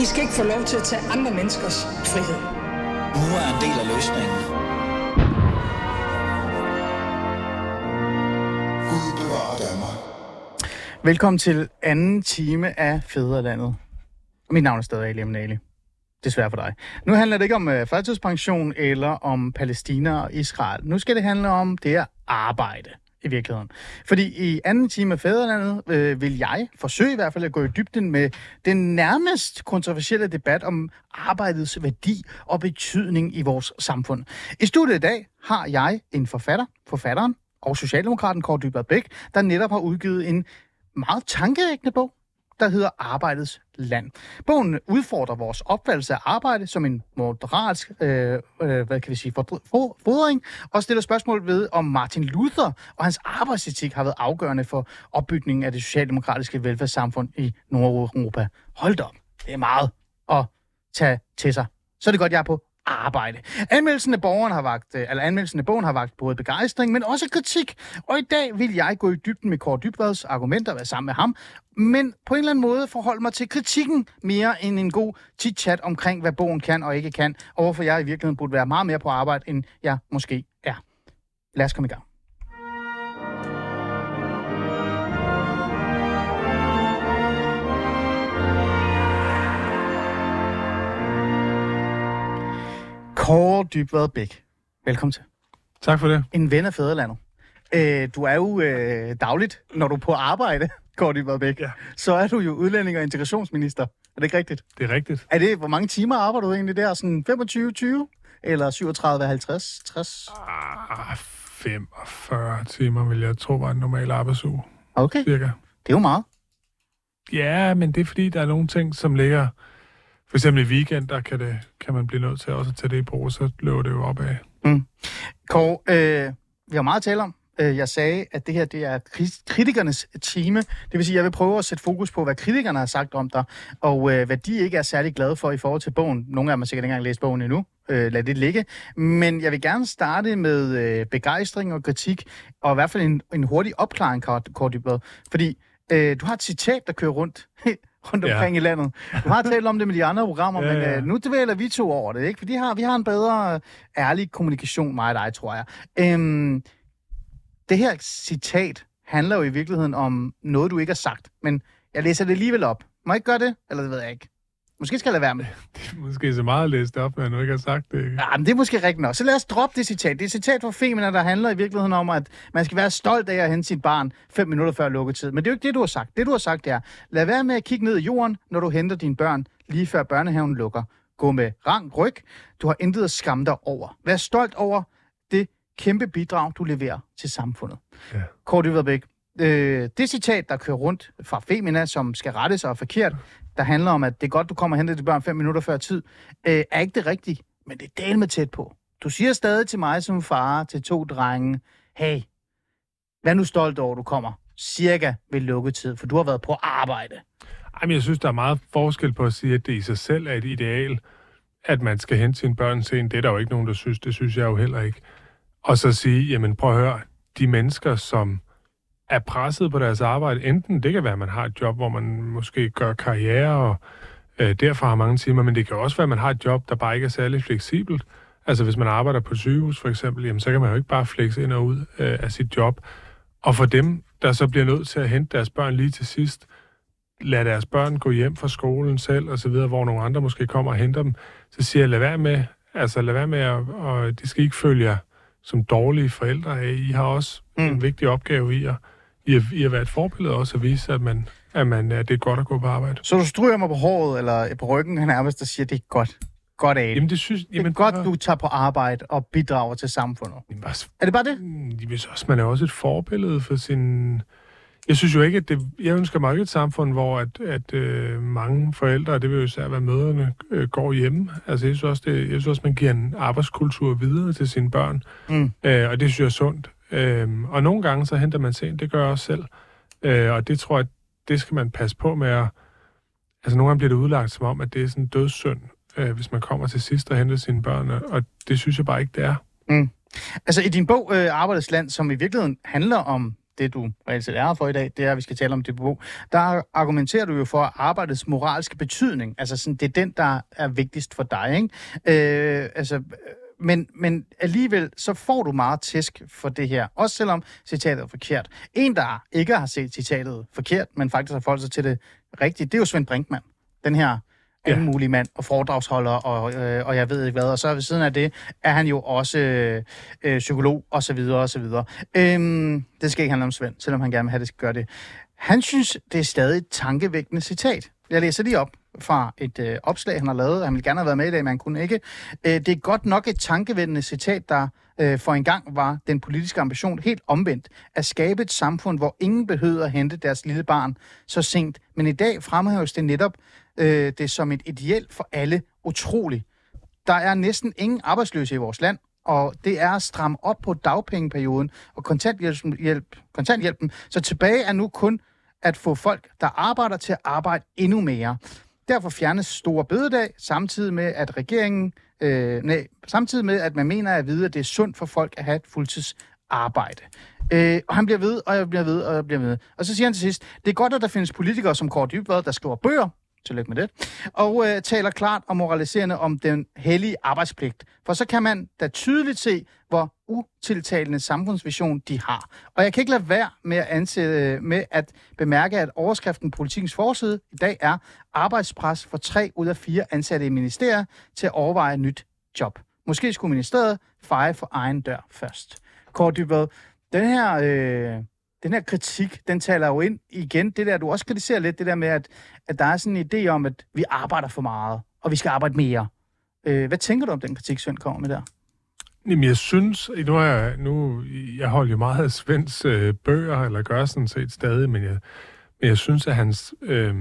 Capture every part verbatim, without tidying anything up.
I skal ikke få lov til at tage andre menneskers frihed. Nu er en del af løsningen. Gud bevarer Danmark. Velkommen til anden time af Fædrelandet. Mit navn er stadig Ali Amnali. Desværre for dig. Nu handler det ikke om uh, førtidspension eller om Palæstina og Israel. Nu skal det handle om det at arbejde i virkeligheden. Fordi i anden time af Fædrelandet øh, vil jeg forsøge i hvert fald at gå i dybden med den nærmest kontroversielle debat om arbejdets værdi og betydning i vores samfund. I studiet i dag har jeg en forfatter, forfatteren og socialdemokraten Kaare Dybvad Bek, der netop har udgivet en meget tankevækkende bog, der hedder Arbejdets Land. Bogen udfordrer vores opfattelse af arbejde som en moderat, øh, øh, hvad kan vi sige, fodring, og stiller spørgsmål ved, om Martin Luther og hans arbejdsetik har været afgørende for opbygningen af det socialdemokratiske velfærdssamfund i Nordeuropa. Hold op, det er meget at tage til sig. Så er det godt, jeg er på arbejde. Anmeldelsen af, borgeren har vagt, eller anmeldelsen af bogen har vagt både begejstring, men også kritik. Og i dag vil jeg gå i dybden med Kaare Dybvads argumenter og være sammen med ham, men på en eller anden måde forholde mig til kritikken mere end en god chit-chat omkring, hvad bogen kan og ikke kan, og hvorfor jeg i virkeligheden burde være meget mere på arbejde, end jeg måske er. Lad os komme i gang. Kaare Dybvad Bek, velkommen til. Tak for det. En ven af Fædrelandet. Øh, du er jo øh, dagligt, når du er på arbejde, Kaare Dybvad Bek, ja. Så er du jo udlænding- og integrationsminister. Er det ikke rigtigt? Det er rigtigt. Er det, hvor mange timer arbejder du egentlig der? Sådan femogtyve tyve? Eller syvogtredive halvtreds tres? Ah, femogfyrre timer, vil jeg tro, var en normal arbejdsuge. Okay. Cirka. Det er jo meget. Ja, men det er fordi, der er nogle ting, som ligger... For eksempel i weekend, der kan, det, kan man blive nødt til også at tage det i brug, så løber det jo opad. Mm. Kaare, øh, vi har meget at tale om. Jeg sagde, at det her det er kritikernes time. Det vil sige, at jeg vil prøve at sætte fokus på, hvad kritikerne har sagt om dig, og øh, hvad de ikke er særlig glade for i forhold til bogen. Nogle af dem har sikkert ikke engang læst bogen endnu. Øh, lad det ligge. Men jeg vil gerne starte med øh, begejstring og kritik, og i hvert fald en, en hurtig opklaring, Kaare Dybvad. Fordi øh, du har et citat, der kører rundt... rundt omkring ja. i landet. Du har talt om det med de andre programmer, ja, ja. men uh, nu dvæler vi to over det, ikke? For de har, vi har en bedre, uh, ærlig kommunikation, mig og dig, tror jeg. Um, det her citat handler jo i virkeligheden om noget, du ikke har sagt, men jeg læser det alligevel op. Må jeg ikke gøre det? Eller det ved jeg ikke. Måske skal jeg lade være med det. Det er måske så meget at læse det op, men du ikke har sagt det. Ikke? Ja, men det er måske rigtigt nok. Så lad os droppe det citat. Det er et citat fra Femina, der handler i virkeligheden om, at man skal være stolt af at hente sit barn fem minutter før lukketid. Men det er jo ikke det, du har sagt. Det, du har sagt, det er, lad være med at kigge ned i jorden, når du henter dine børn, lige før børnehaven lukker. Gå med rank ryg. Du har intet at skamme dig over. Vær stolt over det kæmpe bidrag, du leverer til samfundet. Ja. Kaare Dybvad Bek. Øh, det citat, der kører rundt fra Femina, som skal rettes og er forkert, der handler om, at det er godt, du kommer og henter dit børn fem minutter før tid, øh, er ikke det rigtige, men det er delt med tæt på. Du siger stadig til mig som far til to drenge, hey, vær nu stolt over, du kommer cirka ved lukketid, for du har været på arbejde. Ej, men jeg synes, der er meget forskel på at sige, at det i sig selv er et ideal, at man skal hente sine børn sent. Det er der jo ikke nogen, der synes. Det synes jeg jo heller ikke. Og så sige, jamen prøv at høre, de mennesker, som er presset på deres arbejde, enten det kan være, at man har et job, hvor man måske gør karriere, og øh, derfor har mange timer, men det kan også være, at man har et job, der bare ikke er særlig fleksibelt. Altså hvis man arbejder på et sygehus for eksempel, jamen, så kan man jo ikke bare flexe ind og ud øh, af sit job. Og for dem, der så bliver nødt til at hente deres børn lige til sidst, lade deres børn gå hjem fra skolen selv, og så videre, hvor nogle andre måske kommer og henter dem, så siger jeg, lad være med, altså lad være med, at, og de skal ikke følge jer som dårlige forældre af. I har også mm. en vigtig opgave i at I, I at være et forbillede også at vise, at, man, at, man, at det er godt at gå på arbejde. Så du stryger mig på håret, eller på ryggen, han nærmest, der siger, at det er godt. Godt af. Jamen, det, synes, det er godt, du tager på arbejde og bidrager til samfundet. Jamen, også, er det bare det? Jamen, også, man er også et forbillede for sin... Jeg synes jo ikke, at det... Jeg ønsker mig ikke et samfund, hvor at, at øh, mange forældre, det vil jo især være mødrene, øh, går hjemme. Altså, jeg synes, også, det, jeg synes også, man giver en arbejdskultur videre til sine børn. Mm. Øh, og det synes jeg er sundt. Øhm, og nogle gange så henter man sent, det gør jeg også selv. Øh, og det tror jeg, det skal man passe på med at... Altså nogle gange bliver det udlagt som om, at det er sådan en dødssynd, øh, hvis man kommer til sidst og henter sine børn, og det synes jeg bare ikke, det er. Mm. Altså i din bog, øh, Arbejdets Land, som i virkeligheden handler om det du reelt set er for i dag, det er, at vi skal tale om D B O. Der argumenterer du jo for arbejdets moralske betydning. Altså sådan, det er den, der er vigtigst for dig, ikke? Øh, altså, men, men alligevel, så får du meget tæsk for det her. Også selvom citatet er forkert. En, der ikke har set citatet forkert, men faktisk har forholdt sig til det rigtigt, det er jo Svend Brinkmann. Den her alle mulige mand og foredragsholder, og, øh, og jeg ved ikke hvad. Og så ved siden af det er han jo også øh, psykolog, og så videre, og så videre. Øhm, det skal ikke handle om Svend, selvom han gerne vil have, det skal gøre det. Han synes, det er stadig et tankevækkende citat. Jeg læser lige op fra et øh, opslag, han har lavet. Han ville gerne have været med i dag, men han kunne ikke. Øh, det er godt nok et tankevækkende citat, der øh, for en gang var den politiske ambition helt omvendt. At skabe et samfund, hvor ingen behøver at hente deres lille barn så sent. Men i dag fremhæves det netop øh, det som et ideal for alle. Utroligt. Der er næsten ingen arbejdsløse i vores land, og det er at stramme op på dagpengeperioden og kontanthjælpen, hjælp, kontanthjælpen. Så tilbage er nu kun at få folk, der arbejder, til at arbejde endnu mere. Derfor fjernes store bededag, samtidig med, at regeringen, øh, nej, samtidig med, at man mener at vide, at det er sundt for folk at have et fuldtidsarbejde. Øh, og han bliver ved, og jeg bliver ved, og jeg bliver ved. Og så siger han til sidst, det er godt, at der findes politikere som Kaare Dybvad, der skriver bøger, tillykke med det, og øh, taler klart og moraliserende om den hellige arbejdspligt. For så kan man da tydeligt se, hvor utiltalende samfundsvision de har. Og jeg kan ikke lade være med at, ansætte, med at bemærke, at overskriften på Politikens forside i dag er arbejdspres for tre ud af fire ansatte i ministeriet til at overveje et nyt job. Måske skulle ministeriet feje for egen dør først. Kaare Dybvad, den her... Øh, Den her kritik, den taler jo ind igen. Det der, du også kritiserer lidt, det der med, at, at der er sådan en idé om, at vi arbejder for meget, og vi skal arbejde mere. Øh, hvad tænker du om den kritik, Svend kommer med der? Jamen, jeg synes, nu er jeg, nu, jeg holder jo meget af Svends øh, bøger, eller gør sådan set stadig, men jeg, men jeg synes, at hans øh,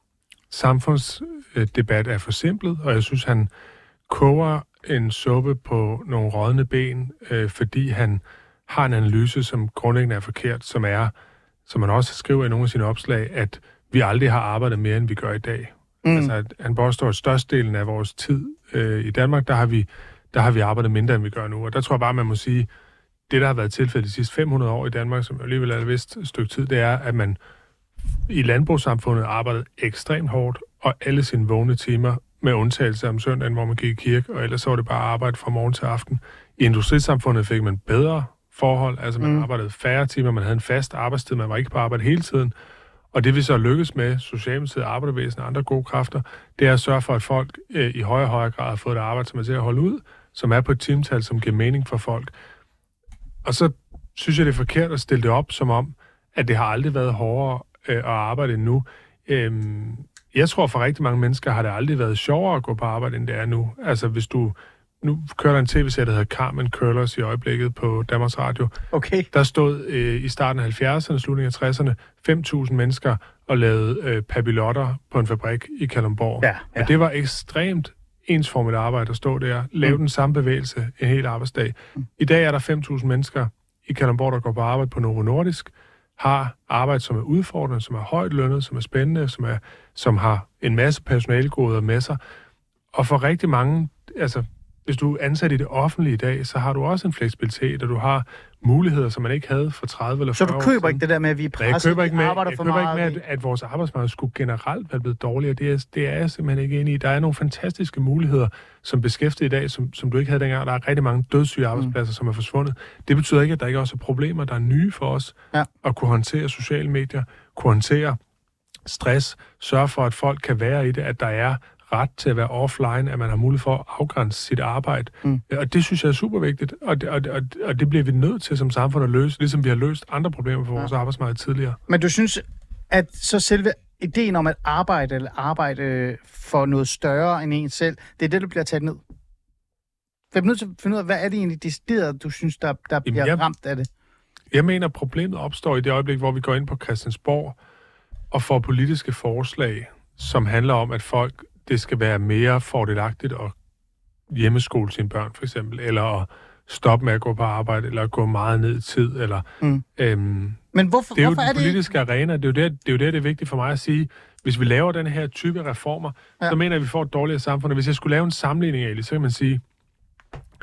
samfundsdebat er forsimplet, og jeg synes, han koger en suppe på nogle rådne ben, øh, fordi han har en analyse, som grundlæggende er forkert, som er, som man også skriver i nogle af sine opslag, at vi aldrig har arbejdet mere, end vi gør i dag. Mm. Altså, at han påstår, at størstedelen af vores tid øh, i Danmark, der har, vi, der har vi arbejdet mindre, end vi gør nu. Og der tror jeg bare, man må sige, det, der har været tilfældet de sidste fem hundrede år i Danmark, som alligevel er et vist stykke tid, det er, at man i landbrugssamfundet arbejdede ekstremt hårdt, og alle sine vågne timer, med undtagelse om søndagen, hvor man gik i kirke, og ellers så var det bare arbejde fra morgen til aften. I industrisamfundet fik man bedre forhold, altså man mm. arbejdede færre timer, man havde en fast arbejdstid, man var ikke på arbejde hele tiden. Og det vi så lykkes med, Socialdemokratiet, Arbejderbevægelsen og andre gode kræfter, det er at sørge for, at folk øh, i højere og højere grad har fået et arbejde, som er til at holde ud, som er på et timetal, som giver mening for folk. Og så synes jeg, det er forkert at stille det op, som om, at det har aldrig været hårdere øh, at arbejde endnu. Øhm, jeg tror, for rigtig mange mennesker har det aldrig været sjovere at gå på arbejde, end det er nu. Altså, hvis du... Nu kører der en tv-serie, der hedder Carmen Curlers i øjeblikket på Danmarks Radio. Okay. Der stod øh, i starten af halvfjerdserne, slutningen af tresserne, fem tusind mennesker og lavede øh, papillotter på en fabrik i Kalundborg. Ja, ja. Og det var ekstremt ensformigt arbejde at stå der, lave mm. den samme bevægelse en hel arbejdsdag. Mm. I dag er der fem tusind mennesker i Kalundborg, der går på arbejde på Novo Nordisk, har arbejde, som er udfordrende, som er højt lønnet, som er spændende, som, er, som har en masse personalegoder med sig. Og for rigtig mange, altså hvis du er ansat i det offentlige i dag, så har du også en fleksibilitet, og du har muligheder, som man ikke havde for tredive eller fyrre år. Så du køber ikke det der med, at vi er presset, jeg køber ikke med, arbejder jeg for køber meget? ikke med, at, at vores arbejdsmarked skulle generelt være blevet dårligere. Det er, det er jeg simpelthen ikke enig i. Der er nogle fantastiske muligheder, som beskæftiget i dag, som, som du ikke havde dengang. Der er rigtig mange dødssyge arbejdspladser, mm. som er forsvundet. Det betyder ikke, at der ikke også er problemer, der er nye for os. Ja. At kunne håndtere sociale medier, kunne håndtere stress, sørge for, at folk kan være i det, at der er ret til at være offline, at man har mulighed for at afgrænse sit arbejde. Mm. Og det synes jeg er super vigtigt, og det, og, og, og det bliver vi nødt til som samfund at løse, ligesom vi har løst andre problemer for vores ja. arbejdsmarked tidligere. Men du synes, at så selve ideen om at arbejde eller arbejde for noget større end en selv, det er det, du bliver taget ned? For jeg er nødt til at finde ud af, hvad er det egentlig decideret, du synes, der, der bliver Jamen, jeg, ramt af det? Jeg mener, problemet opstår i det øjeblik, hvor vi går ind på Christiansborg og får politiske forslag, som handler om, at folk det skal være mere fordelagtigt at hjemmeskole sine børn, for eksempel, eller at stoppe med at gå på arbejde, eller at gå meget ned i tid, eller... Mm. Øhm, Men hvorfor, det er jo hvorfor den er det politiske arena, det er jo det, det er jo det, det er vigtigt for mig at sige. Hvis vi laver den her type reformer, ja. så mener jeg, at vi får et dårligere samfund. Og hvis jeg skulle lave en sammenligning af det, så kan man sige,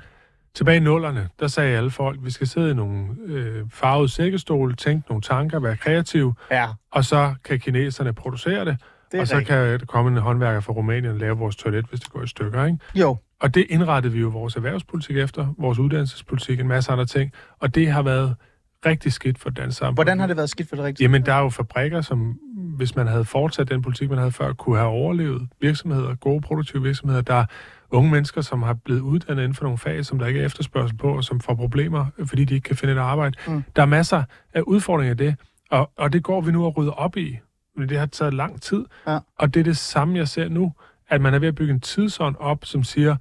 Tilbage i nullerne, der sagde alle folk, vi skal sidde i nogle øh, farvede sækkestole, tænke nogle tanker, være kreative, Ja. og så kan kineserne producere det, Det og så rigtigt. kan der komme en håndværker fra Rumænien og lave vores toilet, hvis det går i stykker, ikke? Jo. Og det indrettede vi jo vores erhvervspolitik efter, vores uddannelsespolitik, en masse andre ting, og det har været rigtig skidt for dansk samfund. Hvordan har det været skidt for det rigtigt? Jamen, der er jo fabrikker, som, hvis man havde fortsat den politik, man havde før, kunne have overlevet virksomheder, gode produktive virksomheder. Der er unge mennesker, som har blevet uddannet inden for nogle fag, som der ikke er efterspørgsel på, og som får problemer, fordi de ikke kan finde et arbejde. Mm. Der er masser af udfordringer i det, og, og det går vi nu at rydde op i. Det har taget lang tid, Ja. og det er det samme, jeg ser nu, at man er ved at bygge en tidsånd op, som siger,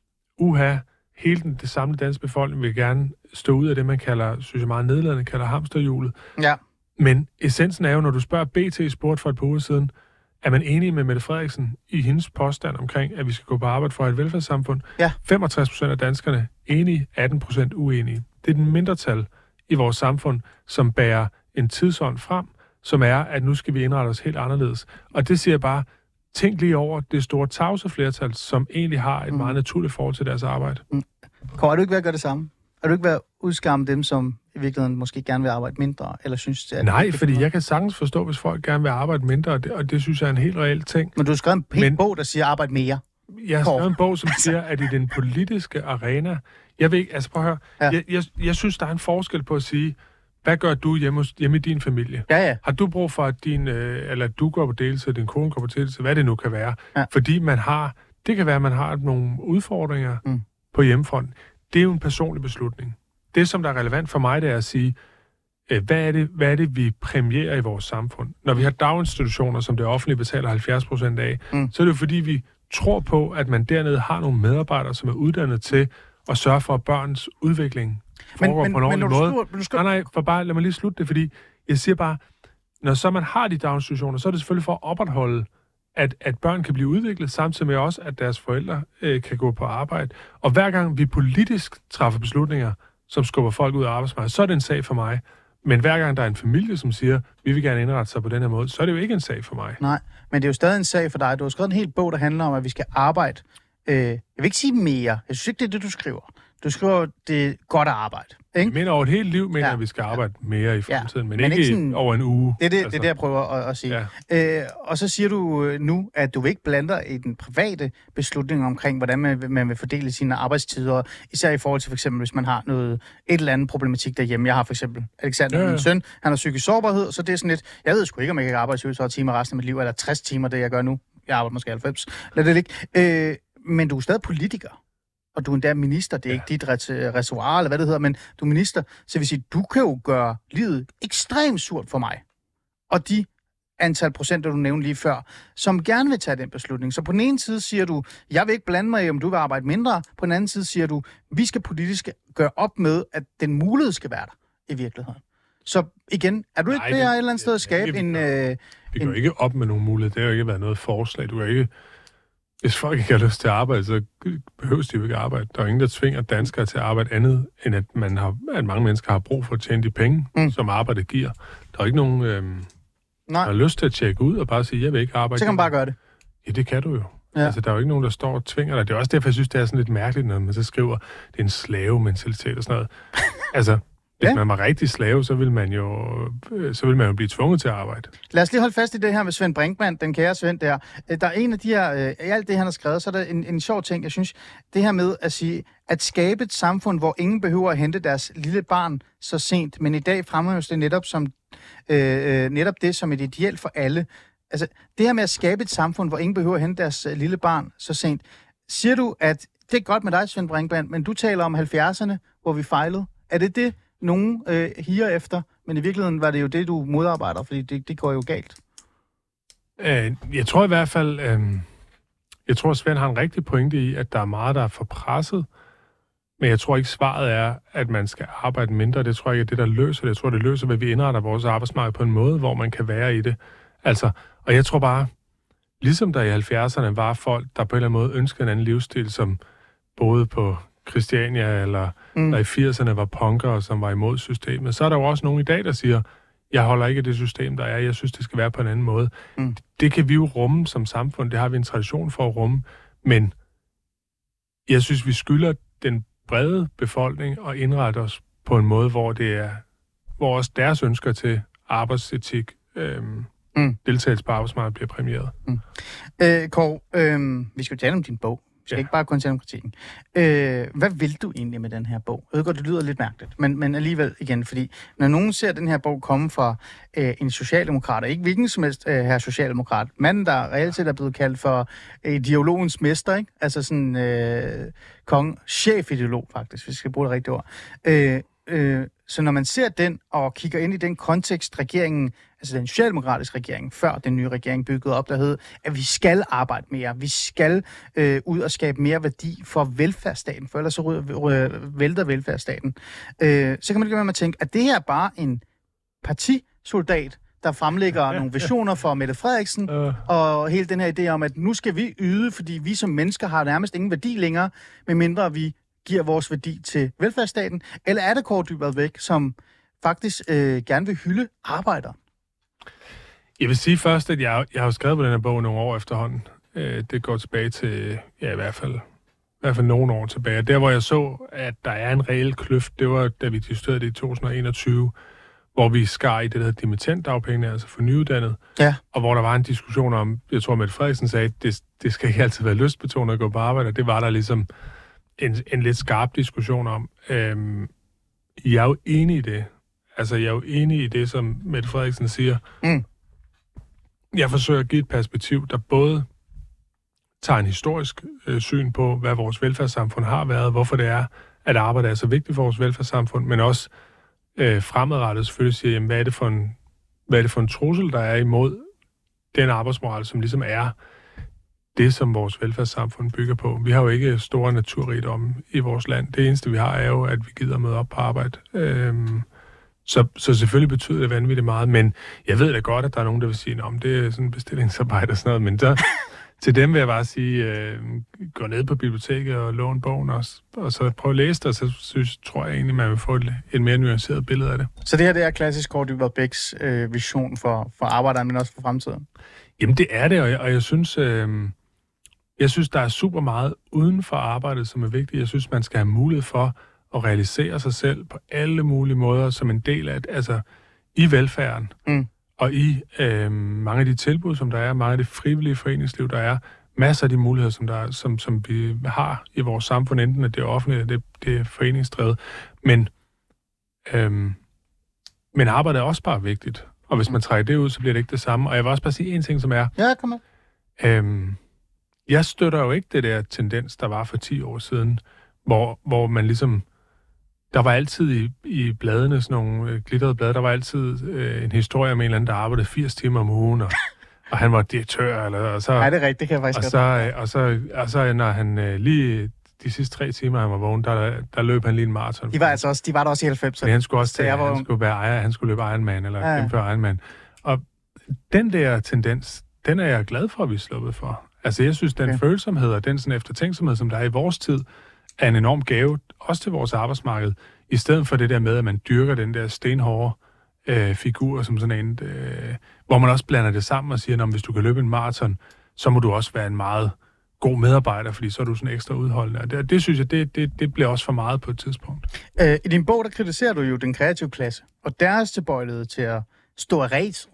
uha, hele den det samlede danske befolkning vil gerne stå ud af det, man kalder, synes jeg meget nedladende, kalder hamsterhjulet. Ja. Men essensen er jo, når du spørger B T spurgt for et par uger siden, er man enig med Mette Frederiksen i hendes påstand omkring, at vi skal gå på arbejde for et velfærdssamfund? Ja. femogtres procent af danskerne enige, atten procent uenige. Det er den mindretal i vores samfund, som bærer en tidsånd frem, som er, at nu skal vi indrette os helt anderledes. Og det siger bare, tænk lige over det store tavse flertal, som egentlig har et mm. meget naturligt forhold til deres arbejde. Mm. Kåre, er du ikke ved at gøre det samme? Er du ikke ved at udskamme dem, som i virkeligheden måske gerne vil arbejde mindre, eller synes, at Nej, det fordi jeg kan sagtens forstå, hvis folk gerne vil arbejde mindre, og det, og det synes jeg er en helt reel ting. Men du har skrevet en Men- Men... bog, der siger arbejde mere. Jeg har skrevet en bog, som siger, at i den politiske arena, jeg ved ikke, altså prøv at høre, Ja. jeg, jeg, jeg synes, der er en forskel på at sige, hvad gør du hjemme, hos, hjemme i din familie? Ja, ja. Har du brug for, at din, øh, eller at du går på deltid, din kone går på deltid, hvad det nu kan være? Ja. Fordi man har, det kan være, at man har nogle udfordringer Mm. på hjemmefronten. Det er jo en personlig beslutning. Det, som der er relevant for mig, det er at sige, øh, hvad, er det, hvad er det, vi præmierer i vores samfund? Når vi har daginstitutioner, som det offentlige betaler halvfjerds procent af, Mm. så er det jo fordi, vi tror på, at man dernede har nogle medarbejdere, som er uddannet til at sørge for, at børns udvikling foregår men, på en men ordentlig når du måde. skriver, når du skriver, Nej, nej, for bare, lad mig lige slutte det, fordi jeg siger bare, når så man har de daginstitutioner, så er det selvfølgelig for at opretholde, at, at børn kan blive udviklet, samtidig med også, at deres forældre øh, kan gå på arbejde. Og hver gang vi politisk træffer beslutninger, som skubber folk ud af arbejdsmarkedet, så er det en sag for mig. Men hver gang der er en familie, som siger, vi vil gerne indrette sig på den her måde, så er det jo ikke en sag for mig. Nej, men det er jo stadig en sag for dig. Du har skrevet en hel bog, der handler om, at vi skal arbejde. Øh, jeg vil ikke sige mere. Jeg synes ikke, det er det, du skriver. Du skriver, det er godt at arbejde. Ikke? Jeg mener, over et helt liv mener Ja. jeg, at vi skal arbejde mere i fremtiden, men, men ikke, ikke sådan- over en uge. Det er det, altså. det, er det jeg prøver at, at sige. Ja. Øh, og så siger du øh, nu, at du vil ikke blande dig i den private beslutning omkring, hvordan man, vil- man vil fordele sine arbejdstider, især i forhold til for eksempel, hvis man har noget, et eller andet problematik derhjemme. Jeg har for eksempel Alexander, Ja, ja, ja. min søn, han har psykisk sårbarhed, så det er sådan lidt, jeg ved sgu ikke, om jeg kan arbejde syvogtredive timer resten af mit liv, eller tres timer, det jeg gør nu. Jeg arbejder måske halvfems. Lad det ligge. Øh, men du er stadig politiker. Og du er endda minister, det er ja. ikke dit res- reservoir, eller hvad det hedder, men du er minister. Så det vil sige, du kan jo gøre livet ekstremt surt for mig. Og de antal procenter, du nævnte lige før, som gerne vil tage den beslutning. Så på den ene side siger du, jeg vil ikke blande mig i, om du vil arbejde mindre. På den anden side siger du, vi skal politisk gøre op med, at den mulighed skal være der i virkeligheden. Så igen, er du ikke Nej, ved det- at et eller andet sted at skabe det- en... Øh, Vi går en ikke op med nogen mulighed. Det har jo ikke været noget forslag. Du kan ikke... Hvis folk ikke har lyst til at arbejde, så behøves de jo ikke at arbejde. Der er jo ingen, der tvinger danskere til at arbejde andet, end at, man har, at mange mennesker har brug for at tjene de penge, Mm. mm. som arbejdet giver. Der er ikke nogen, øhm, der nej, har lyst til at tjekke ud og bare sige, jeg vil ikke arbejde. så kan man bare gøre det. Ja, det kan du jo. Ja. Ja. Altså, der er jo ikke nogen, der står og tvinger dig. Det er også derfor, jeg synes, det er sådan lidt mærkeligt, når man så skriver, det er en slave-mentalitet og sådan noget. Altså, hvis Ja. ja. man var rigtig slave, så ville man jo, øh, så ville man jo blive tvunget til at arbejde. Lad os lige holde fast i det her med Svend Brinkmann, den kære Svend der. Øh, Der er en af de her, øh, i alt det, han har skrevet, så er der en, en sjov ting, jeg synes, det her med at sige, at skabe et samfund, hvor ingen behøver at hente deres lille barn så sent, men i dag fremhæves det netop som øh, øh, netop det som et ideal for alle. Altså, det her med at skabe et samfund, hvor ingen behøver at hente deres øh, lille barn så sent, siger du, at det er godt med dig, Svend Brinkmann, men du taler om halvfjerdserne, hvor vi fejlede. Er det det, nogen øh, higer efter? Men i virkeligheden var det jo det, du modarbejder, fordi det, det går jo galt. Øh, jeg tror i hvert fald, øh, jeg tror, at Svend har en rigtig pointe i, at der er meget, der er for presset. Men jeg tror ikke, svaret er, at man skal arbejde mindre. Det tror jeg ikke er det, der løser det. Jeg tror, det løser, at vi indretter vores arbejdsmarked på en måde, hvor man kan være i det. Altså, og jeg tror bare, ligesom der i halvfjerdserne var folk, der på en eller anden måde ønskede en anden livsstil, som boede på Christiania, eller mm. der i firserne var punkere, som var imod systemet, så er der jo også nogen i dag, der siger, jeg holder ikke af det system, der er. Jeg synes, det skal være på en anden måde. Mm. Det kan vi jo rumme som samfund. Det har vi en tradition for at rumme. Men jeg synes, vi skylder den brede befolkning og indrette os på en måde, hvor det er, hvor også deres ønsker til arbejdsetik, øhm, mm. deltagelse på arbejdsmarkedet bliver præmieret. Mm. Øh, Kåre, øh, vi skal jo tale om din bog. Vi skal ja. ikke bare kun tale om kritikken. Øh, hvad vil du egentlig med den her bog? Jeg ved godt, det lyder lidt mærkeligt, men, men alligevel igen, fordi når nogen ser den her bog komme fra øh, en socialdemokrat, og ikke hvilken som helst øh, her socialdemokrat, manden, der reelt set er blevet kaldt for øh, ideologens mester, ikke? Altså sådan øh, kong, chefideolog faktisk, hvis vi skal bruge det rigtige ord. Øh, øh, så når man ser den og kigger ind i den kontekst, regeringen, altså den socialdemokratiske regering, før den nye regering byggede op, der hed, at vi skal arbejde mere, vi skal øh, ud og skabe mere værdi for velfærdsstaten, for ellers så øh, vælter velfærdsstaten. Øh, så kan man ikke være med at tænke, at det her er bare en partisoldat, der fremlægger nogle visioner for Mette Frederiksen, uh. og hele den her idé om, at nu skal vi yde, fordi vi som mennesker har nærmest ingen værdi længere, medmindre vi giver vores værdi til velfærdsstaten, eller er det Kaare Dybvad Bek, som faktisk øh, gerne vil hylde arbejdere? Jeg vil sige først, at jeg, jeg har skrevet på den her bog nogle år efterhånden. Øh, det går tilbage til, ja i hvert fald, i hvert fald nogle år tilbage. Der, hvor jeg så, at der er en reel kløft, det var, da vi diskuterede det i to tusind og enogtyve, hvor vi skar i det, der hedder dimittentdagpenge, altså for nyuddannet, ja. Og hvor der var en diskussion om, jeg tror, Mette Frederiksen sagde, at det, det skal ikke altid være lystbetonet at gå på arbejde, og det var der ligesom en, en lidt skarp diskussion om. Øhm, jeg er jo enig i det. Altså, jeg er jo enig i det, som Mette Frederiksen siger. Mm. Jeg forsøger at give et perspektiv, der både tager en historisk øh, syn på, hvad vores velfærdssamfund har været, hvorfor det er, at arbejde er så vigtigt for vores velfærdssamfund, men også øh, fremadrettet selvfølgelig siger, jamen, hvad er det for en, hvad er det for en trussel, der er imod den arbejdsmoral, som ligesom er det, som vores velfærdssamfund bygger på. Vi har jo ikke store naturrigdomme i vores land. Det eneste, vi har, er jo, at vi gider møde op på arbejde. Øhm, så, så selvfølgelig betyder det vanvittigt meget, men jeg ved da godt, at der er nogen, der vil sige, at det er sådan bestillingsarbejde og sådan noget, men der, til dem vil jeg bare sige, øh, gå ned på biblioteket og låne bogen også, og så prøv at læse det, og så synes, tror jeg egentlig, man vil få et, et mere nuanceret billede af det. Så det her, det er klassisk Kaare Dybvad Beks øh, vision for, for arbejderen, men også for fremtiden? Jamen, det er det, og jeg, og jeg synes... Øh, Jeg synes, der er super meget uden for arbejdet, som er vigtigt. Jeg synes, man skal have mulighed for at realisere sig selv på alle mulige måder som en del af, altså i velfærden mm. og i øh, mange af de tilbud, som der er, mange af det frivillige foreningsliv, der er, masser af de muligheder, som, der er, som, som vi har i vores samfund, enten at det er offentligt, eller det, det er foreningsdrevet. Men, øh, men arbejdet er også bare vigtigt. Og hvis man trækker det ud, så bliver det ikke det samme. Og jeg vil også bare sige en ting, som er... Ja, kom med. Øh, Jeg støtter jo ikke det der tendens, der var for ti år siden, hvor, hvor man ligesom... Der var altid i, i bladene, sådan nogle øh, glitrede blade, der var altid øh, en historie om en eller anden, der arbejdede firs timer om ugen, og, og han var direktør, eller... Og så, ja, det er rigtigt, det kan jeg faktisk og så, øh, og, så, og så, når han øh, lige de sidste tre timer, han var vågen, der, der løb han lige en maraton. De var, altså også, de var der også i halvfemserne. Han skulle også til, han skulle være ejer, han skulle løbe Ironman, eller ja, ja. kæmpe Ironman. Og den der tendens, den er jeg glad for, at vi er sluppet for. Altså, jeg synes, den okay. følsomhed og den sådan eftertænksomhed, som der er i vores tid, er en enorm gave, også til vores arbejdsmarked, i stedet for det der med, at man dyrker den der stenhårde øh, figur, som sådan en, øh, hvor man også blander det sammen og siger, at hvis du kan løbe en maraton, så må du også være en meget god medarbejder, fordi så er du sådan ekstra udholdende. Og det, det synes jeg, det, det, det bliver også for meget på et tidspunkt. Øh, I din bog, der kritiserer du jo den kreative klasse, og deres tilbøjelighed til at stå af ræs.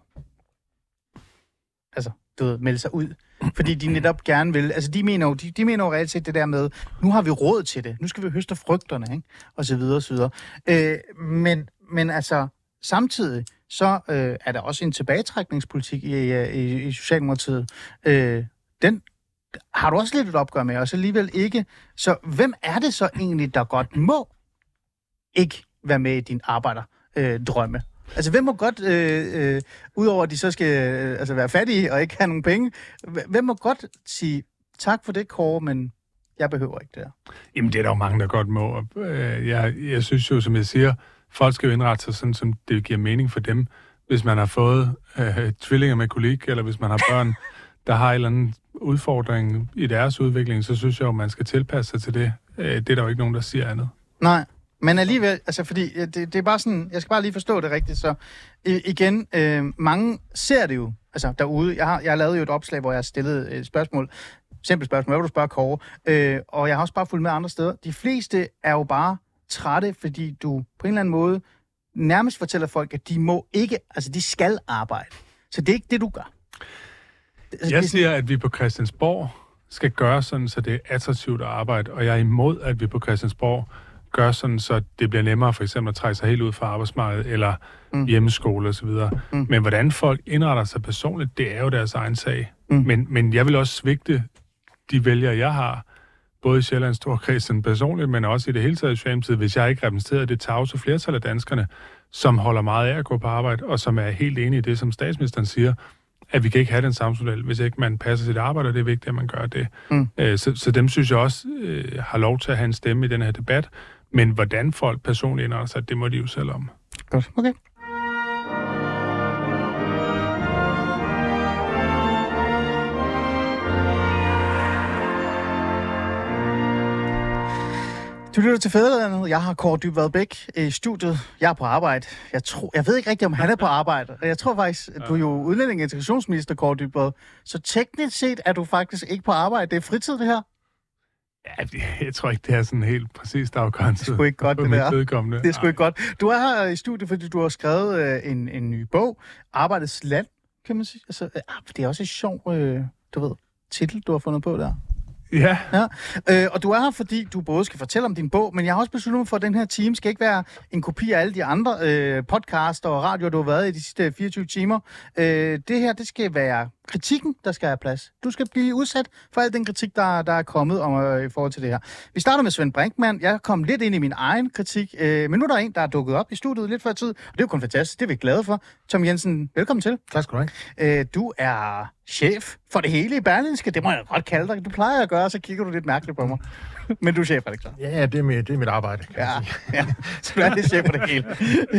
Altså, du ved, melde sig ud. Fordi de netop gerne vil, altså de mener jo, de, de mener jo reelt set det der med, nu har vi råd til det, nu skal vi høste frugterne, ikke? Og så videre, og så videre. Øh, men, men altså, samtidig, så øh, er der også en tilbagetrækningspolitik i, i, i Socialdemokratiet. Øh, den har du også lidt et opgør med, og så alligevel ikke. Så hvem er det så egentlig, der godt må ikke være med i din arbejderdrømme? Øh, Altså, hvem må godt, øh, øh, udover at de så skal øh, altså være fattige og ikke have nogen penge, hvem må godt sige, tak for det, Kåre, men jeg behøver ikke det der? Jamen, det er der jo mange, der godt må. Jeg, jeg synes jo, som jeg siger, folk skal jo indrette sig sådan, som det giver mening for dem. Hvis man har fået øh, tvillinger med kolik, eller hvis man har børn, der har en eller anden udfordring i deres udvikling, så synes jeg jo, man skal tilpasse sig til det. Det er der jo ikke nogen, der siger andet. Nej. Men alligevel, altså fordi, det, det er bare sådan, jeg skal bare lige forstå det rigtigt, så i, igen, øh, mange ser det jo, altså derude, jeg har, jeg har lavet jo et opslag, hvor jeg har stillet et spørgsmål, simpelt spørgsmål. Hvad vil du spørge Kåre? Øh, og jeg har også bare fulgt med andre steder. De fleste er jo bare trætte, fordi du på en eller anden måde nærmest fortæller folk, at de må ikke, altså de skal arbejde. Så det er ikke det, du gør. Altså, jeg det siger, at vi på Christiansborg skal gøre sådan, så det er attraktivt at arbejde, og jeg er imod, at vi på Christiansborg gør sådan, så det bliver nemmere for eksempel at trække sig helt ud fra arbejdsmarkedet, eller mm. hjemmeskole osv. Mm. Men hvordan folk indretter sig personligt, det er jo deres egen sag. Mm. Men, men jeg vil også svigte de vælgere, jeg har, både i Sjællands Storkredsen personligt, men også i det hele taget i Socialdemokratiet, hvis jeg ikke repræsenterer det tavse flertal af danskerne, som holder meget af at gå på arbejde, og som er helt enige i det, som statsministeren siger, at vi kan ikke have den samfundsmodel, hvis ikke man passer sit arbejde, og det er vigtigt, at man gør det. Mm. Så, så dem synes jeg også øh, har lov til at have en stemme i den her debat, men hvordan folk personligt indretter sig, det må de jo selv om. Godt, okay. Du lytter til Fædrelandet. Jeg har Kaare Dybvad Bek i studiet. Jeg er på arbejde. Jeg, tror, jeg ved ikke rigtig, om han er på arbejde. Jeg tror faktisk, at du er jo udlænding- og integrationsminister, Kaare Dybvad. Så teknisk set er du faktisk ikke på arbejde. Det er fritid, det her? Ja, jeg tror ikke, det er sådan helt præcist afgrænset. Det er sgu ikke godt, det der. Det er sgu ikke godt. Du er her i studiet, fordi du har skrevet øh, en, en ny bog. Arbejdets land, kan man sige. Altså, øh, det er også et sjov, øh, du ved, titel, du har fundet på der. Ja. ja. Øh, og du er her, fordi du både skal fortælle om din bog, men jeg har også besluttet mig for, at den her time skal ikke være en kopi af alle de andre øh, podcaster og radioer, du har været i de sidste fireogtyve timer. Øh, det her, det skal være kritikken, der skal have plads. Du skal blive udsat for al den kritik, der, der er kommet om, øh, i forhold til det her. Vi starter med Svend Brinkmann. Jeg kom lidt ind i min egen kritik, øh, men nu er der en, der er dukket op i studiet lidt før tid, og det er jo kun fantastisk. Det er vi glade for. Tom Jensen, velkommen til. Tak skal du have. Øh, du er chef for det hele i Berlingske. Det må jeg godt kalde dig. Du plejer at gøre, så kigger du lidt mærkeligt på mig. Men du er chef, er det klart? Ja, det er mit, det er mit arbejde, kan ja, jeg sige. Ja, så du er lidt chef for det hele.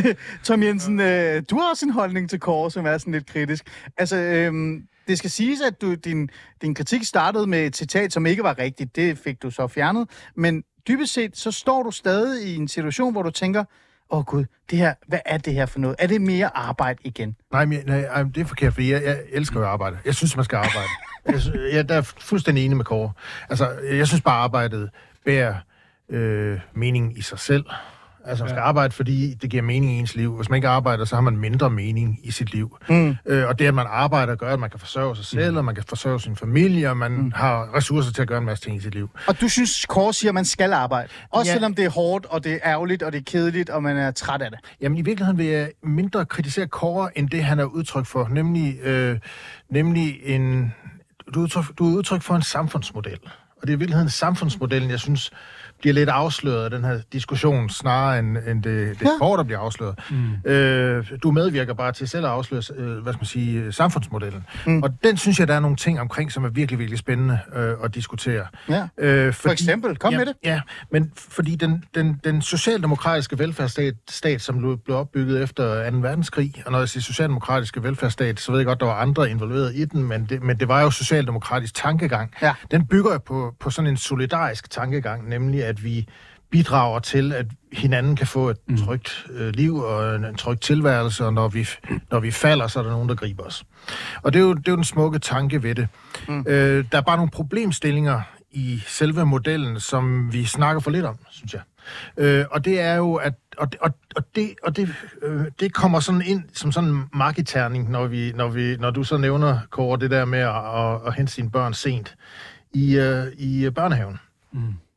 Tom Jensen, øh, du har også en holdning til Kåre, som er sådan lidt kritisk. Altså, øh, det skal siges, at du, din, din kritik startede med et citat, som ikke var rigtigt. Det fik du så fjernet. Men dybest set, så står du stadig i en situation, hvor du tænker, åh oh, gud, det her, hvad er det her for noget? Er det mere arbejde igen? Nej, men, nej det er forkert, fordi jeg, jeg elsker jo at arbejde. Jeg synes, man skal arbejde. jeg, jeg der er fuldstændig enig med Kåre. Altså, jeg synes bare, arbejdet bærer øh, mening i sig selv. Altså, man skal ja. arbejde, fordi det giver mening i ens liv. Hvis man ikke arbejder, så har man mindre mening i sit liv. Mm. Øh, og det, at man arbejder, gør, at man kan forsørge sig selv, mm. og man kan forsørge sin familie, og man mm. har ressourcer til at gøre en masse ting i sit liv. Og du synes, Kåre siger, at man skal arbejde? Også ja. selvom det er hårdt, og det er ærgerligt, og det er kedeligt, og man er træt af det? Jamen, i virkeligheden vil jeg mindre kritisere Kåre, end det, han er udtryk for. Nemlig, øh, nemlig en... Du er, udtryk, du er udtryk for en samfundsmodel. Og det er i virkeligheden samfundsmodellen, jeg synes, bliver lidt afsløret af den her diskussion, snarere end, end det, det ja. Kåre, der bliver afsløret. Mm. Øh, du medvirker bare til selv at afsløre, øh, hvad skal man sige, samfundsmodellen. Mm. Og den synes jeg, der er nogle ting omkring, som er virkelig, virkelig spændende øh, at diskutere. Ja. Øh, fordi, For eksempel, kom ja, med det. Ja, men fordi den, den, den socialdemokratiske velfærdsstat, stat, som blev opbygget efter anden verdenskrig, og når jeg siger socialdemokratiske velfærdsstat, så ved jeg godt, der var andre involveret i den, men det, men det var jo socialdemokratisk tankegang. Ja. Den bygger på, på sådan en solidarisk tankegang, nemlig at vi bidrager til, at hinanden kan få et mm. trygt øh, liv og en, en tryg tilværelse, og når vi, når vi falder, så er der nogen, der griber os. Og det er jo, det er jo den smukke tanke ved det. Mm. Øh, der er bare nogle problemstillinger i selve modellen, som vi snakker for lidt om, synes jeg. Øh, og det er jo, at og, og, og, det, og det, øh, det kommer sådan ind som sådan en marketerning, når, vi, når, vi, når du så nævner, Kåre, det der med at, at, at hente sine børn sent i, øh, i børnehaven. Mm.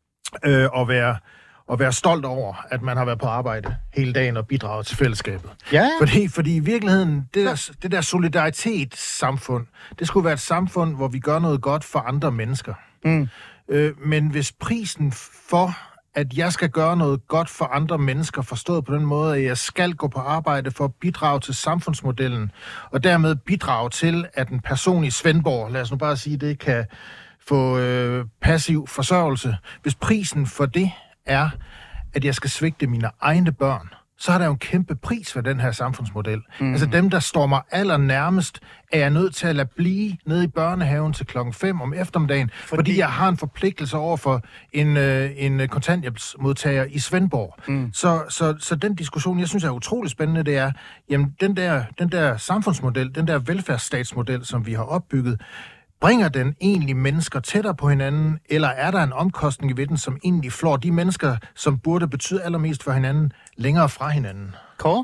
Øh, og være og være stolt over, at man har været på arbejde hele dagen og bidraget til fællesskabet. Ja. Fordi, fordi i virkeligheden, det der, det der solidaritetssamfund, det skulle være et samfund, hvor vi gør noget godt for andre mennesker. Mm. Øh, men hvis prisen for, at jeg skal gøre noget godt for andre mennesker, forstået på den måde, at jeg skal gå på arbejde for at bidrage til samfundsmodellen, og dermed bidrage til, at en person i Svendborg, lad os nu bare sige det, kan få øh, passiv forsørgelse. Hvis prisen for det er, at jeg skal svigte mine egne børn, så har der jo en kæmpe pris for den her samfundsmodel. Mm. Altså dem, der står mig allernærmest, er jeg nødt til at lade blive nede i børnehaven til klokken fem om eftermiddagen, fordi, fordi jeg har en forpligtelse over for en, øh, en kontanthjælpsmodtager i Svendborg. Mm. Så, så, så den diskussion, jeg synes er utrolig spændende, det er, jamen den der, den der samfundsmodel, den der velfærdsstatsmodel, som vi har opbygget, bringer den egentlig mennesker tættere på hinanden, eller er der en omkostning ved den, som egentlig flår de mennesker, som burde betyde allermest for hinanden, længere fra hinanden? Kåre?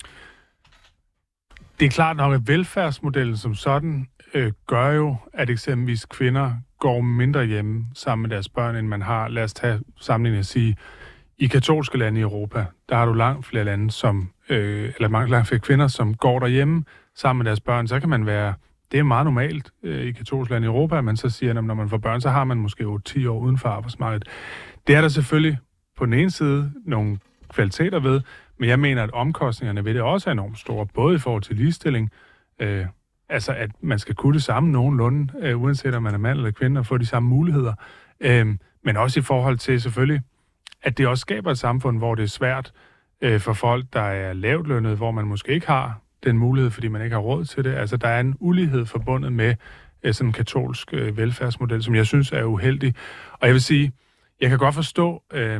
Det er klart nok, at velfærdsmodellen som sådan øh, gør jo, at eksempelvis kvinder går mindre hjemme sammen med deres børn, end man har, lad os tage sammenligning at sige, i katolske lande i Europa, der har du langt flere lande, som, øh, eller mange langt flere kvinder, som går derhjemme sammen med deres børn. Så kan man være, det er meget normalt øh, i katolske lande i Europa, at man så siger, at når man får børn, så har man måske jo ti år uden for arbejdsmarkedet. Det er der selvfølgelig på den ene side nogle kvaliteter ved, men jeg mener, at omkostningerne ved det også er enormt store, både i forhold til ligestilling, øh, altså at man skal kunne det samme nogenlunde, øh, uanset om man er mand eller kvinde, og få de samme muligheder, øh, men også i forhold til selvfølgelig, at det også skaber et samfund, hvor det er svært øh, for folk, der er lavtlønnet, hvor man måske ikke har den mulighed, fordi man ikke har råd til det. Altså, der er en ulighed forbundet med øh, sådan en katolsk øh, velfærdsmodel, som jeg synes er uheldig. Og jeg vil sige, jeg kan godt forstå, øh,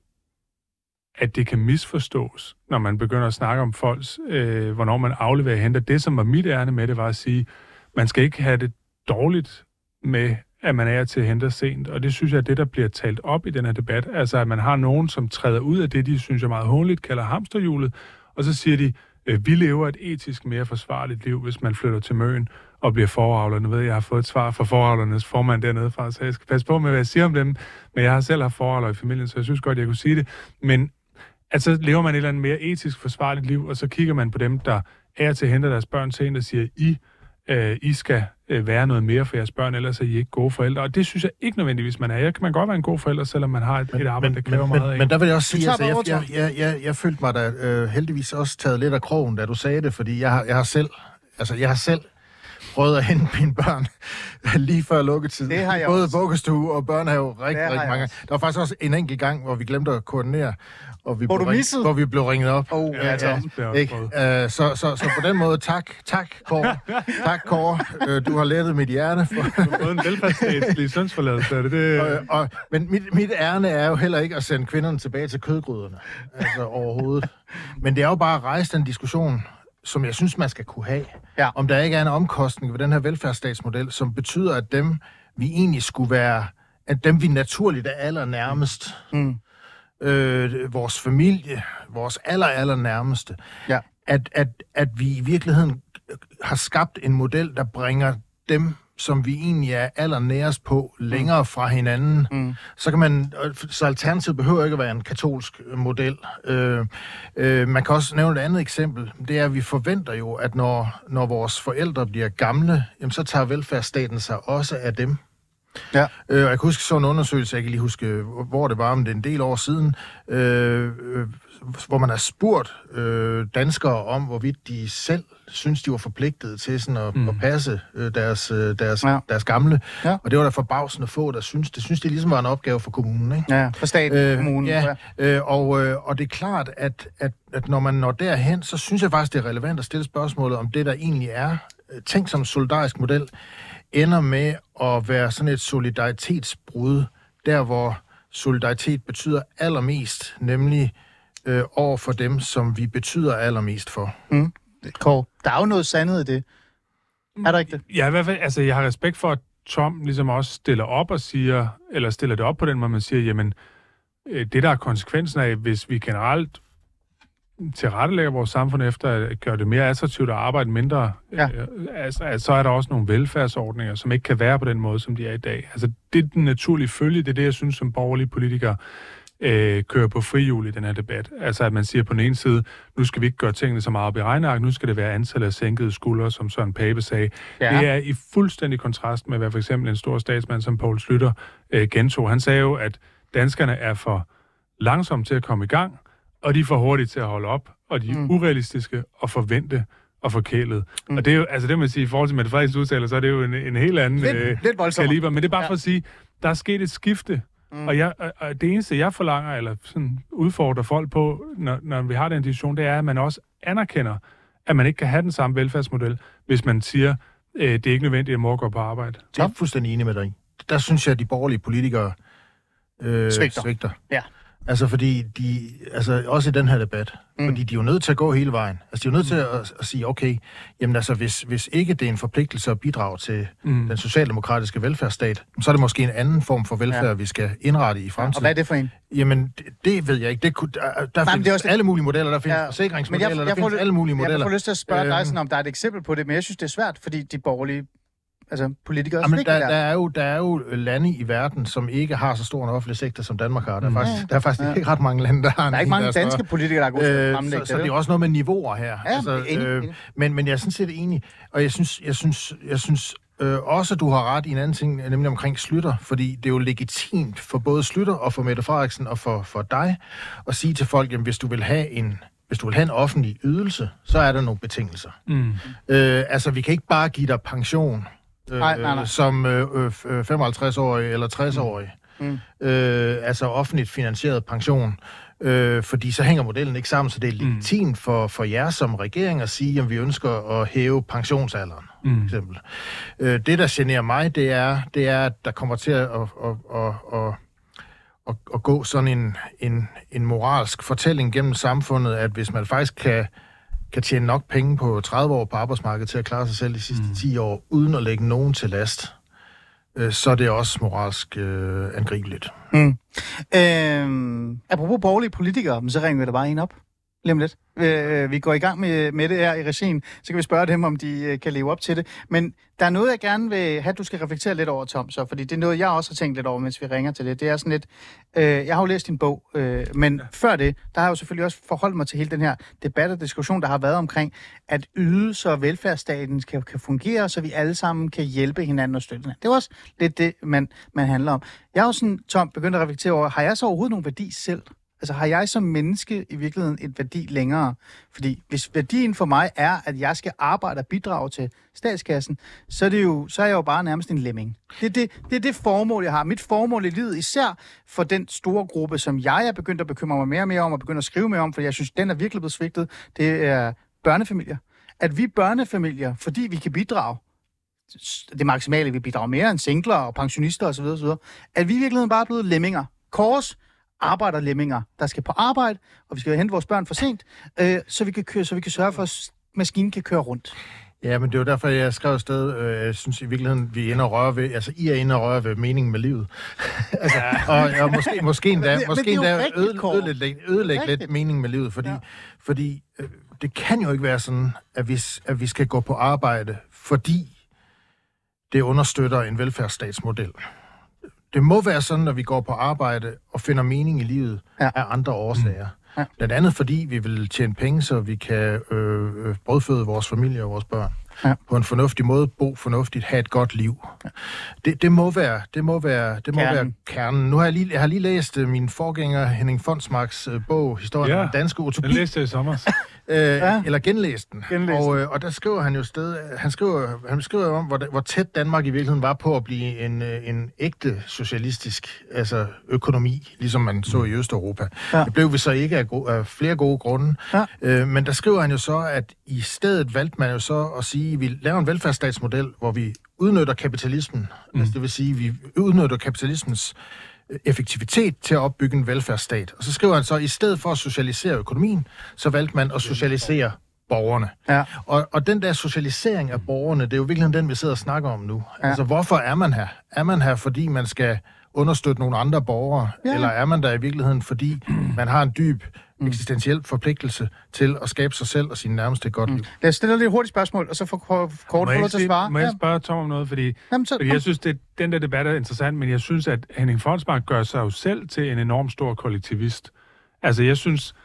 at det kan misforstås, når man begynder at snakke om folks, øh, hvornår man afleverer og henter. Det, som var mit ærne med det, var at sige, man skal ikke have det dårligt med, at man er til at hente sent. Og det synes jeg er det, der bliver talt op i den her debat. Altså, at man har nogen, som træder ud af det, de synes er meget hånligt, kalder hamsterhjulet, og så siger de, øh, vi lever et etisk mere forsvarligt liv, hvis man flytter til Møn og bliver foravler. Nu ved jeg, jeg har fået et svar fra foravlernes formand dernede fra, så jeg skal passe på med, hvad jeg siger om dem. Men jeg har selv haft foravler i familien, så jeg synes godt, jeg kunne sige det. Men altså, lever man et eller andet mere etisk forsvarligt liv, og så kigger man på dem, der er til at hente deres børn sent og siger, I Øh, I skal øh, være noget mere for jeres børn, ellers er I ikke gode forældre. Og det synes jeg ikke nødvendigvis, man er. Jeg kan man godt være en god forælder, selvom man har et, men, et arbejde, men, der kræver men, meget af. Men der vil jeg også sige, altså, jeg, jeg, jeg, jeg, jeg følte mig da øh, heldigvis også taget lidt af krogen, da du sagde det, fordi jeg har, jeg har selv, altså jeg har selv prøvet at hente mine børn lige før lukketid. Det har jeg Både også. vuggestue og børnehave rigtig, rigtig mange gange. også. Der var faktisk også en enkelt gang, hvor vi glemte at koordinere, og vi, Hvor blev, du missede? hvor vi blev ringet op. Oh, ja, ja, ja. ikke? Uh, så, så, så på den måde, tak, tak, Kåre. Tak, Kåre. Uh, du har lettet mit hjerte. For Både en velfærdsstatslig sønsforladelse, er det det? og, og, men mit, mit ærne er jo heller ikke at sende kvinderne tilbage til kødgryderne. Altså overhovedet. Men det er jo bare at rejse den diskussion, som jeg synes, man skal kunne have. Ja. Om der ikke er en omkostning ved den her velfærdsstatsmodel, som betyder, at dem, vi egentlig skulle være, at dem, vi naturligt er allernærmest, Mm. øh, vores familie, vores aller, aller nærmeste, Ja. at, at, at vi i virkeligheden har skabt en model, der bringer dem, som vi egentlig er allernærest på, længere fra hinanden. Mm. Så kan man, så alternativet behøver ikke at være en katolsk model. Øh, øh, man kan også nævne et andet eksempel. Det er, at vi forventer jo, at når, når vores forældre bliver gamle, jamen, så tager velfærdsstaten sig også af dem. Ja. Øh, jeg kan huske sådan en undersøgelse, jeg kan lige huske, hvor det var, men det er en del år siden, øh, øh, hvor man har spurgt øh, danskere om, hvorvidt de selv synes, de var forpligtet til sådan at, mm. at passe øh, deres, øh, deres, Ja. deres gamle. Ja. Og det var der forbavsende få, der synes, det synes, det ligesom var en opgave for kommunen, ikke? Ja, for staten, øh, kommunen. Ja, øh, og, øh, og det er klart, at, at, at når man når derhen, så synes jeg faktisk, det er relevant at stille spørgsmålet, om det, der egentlig er tænkt som en solidarisk model, ender med at være sådan et solidaritetsbrud, der hvor solidaritet betyder allermest, nemlig øh, over for dem, som vi betyder allermest for. Mm. Kåre, der er jo noget sandhed i det. Er der ikke det? Ja, i hvert fald, altså jeg har respekt for, at Tom ligesom også stiller op og siger, eller stiller det op på den, hvor man siger, jamen, øh, det der er konsekvensen af, hvis vi generelt tilrettelægger vores samfund efter at gøre det mere attraktivt at arbejde mindre, Ja. øh, altså, altså, så er der også nogle velfærdsordninger, som ikke kan være på den måde, som de er i dag. Altså, det er den naturlige følge, det er det, jeg synes, som borgerlige politikere øh, kører på frihjul i den her debat. Altså, at man siger på den ene side, nu skal vi ikke gøre tingene så meget op i regneark, nu skal det være antallet af sænkede skuldre, som Søren Pape sagde. Ja. Det er i fuldstændig kontrast med, hvad for eksempel en stor statsmand som Poul Schlüter øh, gentog. Han sagde jo, at danskerne er for langsomme til at komme i gang, og de er for hurtige til at holde op, og de er mm. urealistiske og forvente og forkælet. Mm. Og det er jo, altså det man siger, i forhold til Mette Frederiksens udtaler, så er det jo en, en helt anden Lidt, øh, lidt voldsommere. kaliber. Men det er bare Ja. for at sige, der er sket et skifte, mm. og, jeg, og, og det eneste, jeg forlanger, eller sådan udfordrer folk på, når, når vi har den diskussion, det er, at man også anerkender, at man ikke kan have den samme velfærdsmodel, hvis man siger, øh, det er ikke nødvendigt, at mor går på arbejde. Det er jeg fuldstændig enig med dig i. Der synes jeg, at de borgerlige politikere øh, Svigter. svigter. Ja. Altså, fordi de, altså også i den her debat, mm. fordi de er jo nødt til at gå hele vejen. Altså, de er jo nødt mm. til at, at sige, okay, jamen altså, hvis, hvis ikke det er en forpligtelse at bidrage til mm. den socialdemokratiske velfærdsstat, så er det måske en anden form for velfærd, ja. vi skal indrette i fremtiden. Ja, og hvad er det for en? Jamen, det, det ved jeg ikke. Det kunne, der der Nej, findes også alle mulige modeller. Der findes ja, forsikringsmodeller, jeg, jeg der findes får, alle mulige modeller. Jeg får lyst til at spørge dig, sådan, om der er et eksempel på det, men jeg synes, det er svært, fordi de borgerlige altså politikere... Jamen, der, der, er jo, der er jo lande i verden, som ikke har så stor en offentlig sektor, som Danmark har. Der er mm. faktisk, der er faktisk ja. ikke ret mange lande, der har en... Der er ikke mange danske større. politikere, der er gode til at fremlægge øh, så, så det er også noget med niveauer her. Ja, altså, enig, øh, enig. Men, men jeg er sådan set enig, og jeg synes, jeg synes, jeg synes øh, også, du har ret i en anden ting, nemlig omkring Schlüter, fordi det er jo legitimt for både Schlüter og for Mette Frederiksen og for, for dig at sige til folk, jamen, hvis du vil have en... Hvis du vil have en offentlig ydelse, så er der nogle betingelser. Mm. Øh, altså, vi kan ikke bare give dig pension øh, nej, nej, nej. som øh, øh, femoghalvtreds-årig eller tres-årig. Mm. Øh, altså offentligt finansieret pension. Øh, fordi så hænger modellen ikke sammen, så det er legitimt mm. for, for jer som regering at sige, at vi ønsker at hæve pensionsalderen, mm. for eksempel. Øh, det, der generer mig, det er, det er, at der kommer til at... at, at, at At, at gå sådan en, en, en moralsk fortælling gennem samfundet, at hvis man faktisk kan, kan tjene nok penge på tredive år på arbejdsmarkedet til at klare sig selv de sidste mm. ti år, uden at lægge nogen til last, øh, så er det også moralsk øh, angribeligt. Mm. Øh, apropos borgerlige politikere, så ringer vi da bare en op. Lige om lidt. Øh, vi går i gang med, med det her i regien, så kan vi spørge dem, om de øh, kan leve op til det. Men der er noget, jeg gerne vil have, du skal reflektere lidt over, Tom, så, fordi det er noget, jeg også har tænkt lidt over, mens vi ringer til det. Det er sådan lidt, øh, jeg har jo læst din bog, øh, men ja. før det, der har jeg jo selvfølgelig også forholdt mig til hele den her debat og diskussion, der har været omkring, at ydelser og velfærdsstaten kan, kan fungere, så vi alle sammen kan hjælpe hinanden og støtte hinanden. Det er også lidt det, man, man handler om. Jeg har jo sådan, Tom, begyndt at reflektere over, har jeg så overhovedet nogen værdi selv? Altså, har jeg som menneske i virkeligheden et værdi længere? Fordi hvis værdien for mig er, at jeg skal arbejde og bidrage til statskassen, så er, det jo, så er jeg jo bare nærmest en lemming. Det er det, det er det formål, jeg har. Mit formål i livet, især for den store gruppe, som jeg er begyndt at bekymre mig mere og mere om, og begyndt at skrive mere om, for jeg synes, den er virkelig blevet svigtet, det er børnefamilier. At vi børnefamilier, fordi vi kan bidrage, det maksimale, vi bidrager mere end singler og pensionister osv., osv., at vi i virkeligheden bare er blevet lemminger. Kors arbejderlemminger, der skal på arbejde, og vi skal hente vores børn for sent, øh, så vi kan køre, så vi kan sørge for, at maskinen kan køre rundt. Ja, men det var derfor, jeg skrev afsted, øh, jeg synes i virkeligheden, vi er inde og røre ved, altså I er inde og røre ved meningen med livet. altså, og, og måske, måske endda, måske endda ødelægge ødelæg lidt meningen med livet, fordi, ja. fordi øh, det kan jo ikke være sådan, at vi, at vi skal gå på arbejde, fordi det understøtter en velfærdsstatsmodel. Det må være sådan, at vi går på arbejde og finder mening i livet ja. af andre årsager. Ja. Blandt andet fordi vi vil tjene penge, så vi kan øh, brødføde vores familie og vores børn. Ja. På en fornuftig måde, bo fornuftigt, have et godt liv. Ja. Det, det må være, det må være, det må kernen. være kernen. Nu har jeg lige, jeg har lige læst uh, min forgænger Henning Fonsmarks uh, bog, Historien ja. om den danske utopi. Den læste jeg i sommer. øh, ja. Eller genlæst den. Genlæst. Og, øh, og der skriver han jo sted, han skriver, han skriver om, hvor, hvor tæt Danmark i virkeligheden var på at blive en, en ægte socialistisk altså økonomi, ligesom man så i Østeuropa. Ja. Det blev vi så ikke af, go- af flere gode grunde. Ja. Øh, men der skriver han jo så, at i stedet valgte man jo så at sige, at vi laver en velfærdsstatsmodel, hvor vi udnytter kapitalismen. Mm. Altså det vil sige, at vi udnytter kapitalismens effektivitet til at opbygge en velfærdsstat. Og så skriver han så, at i stedet for at socialisere økonomien, så valgte man at socialisere borgerne. Ja. Og, og den der socialisering af borgerne, det er jo virkelig den, vi sidder og snakker om nu. Ja. Altså, hvorfor er man her? Er man her, fordi man skal understøtte nogle andre borgere? Ja. Eller er man der i virkeligheden, fordi man har en dyb eksistentiel forpligtelse til at skabe sig selv og sin nærmeste godt liv? Mm. Lad os stille lidt hurtigt spørgsmål, og så få kort få lov til at svare. Må jeg spørge Tom om noget? Fordi, Jamen, så, fordi jeg synes, det, den der debat er interessant, men jeg synes, at Henning Fonsmark gør sig jo selv til en enormt stor kollektivist. Altså, jeg synes,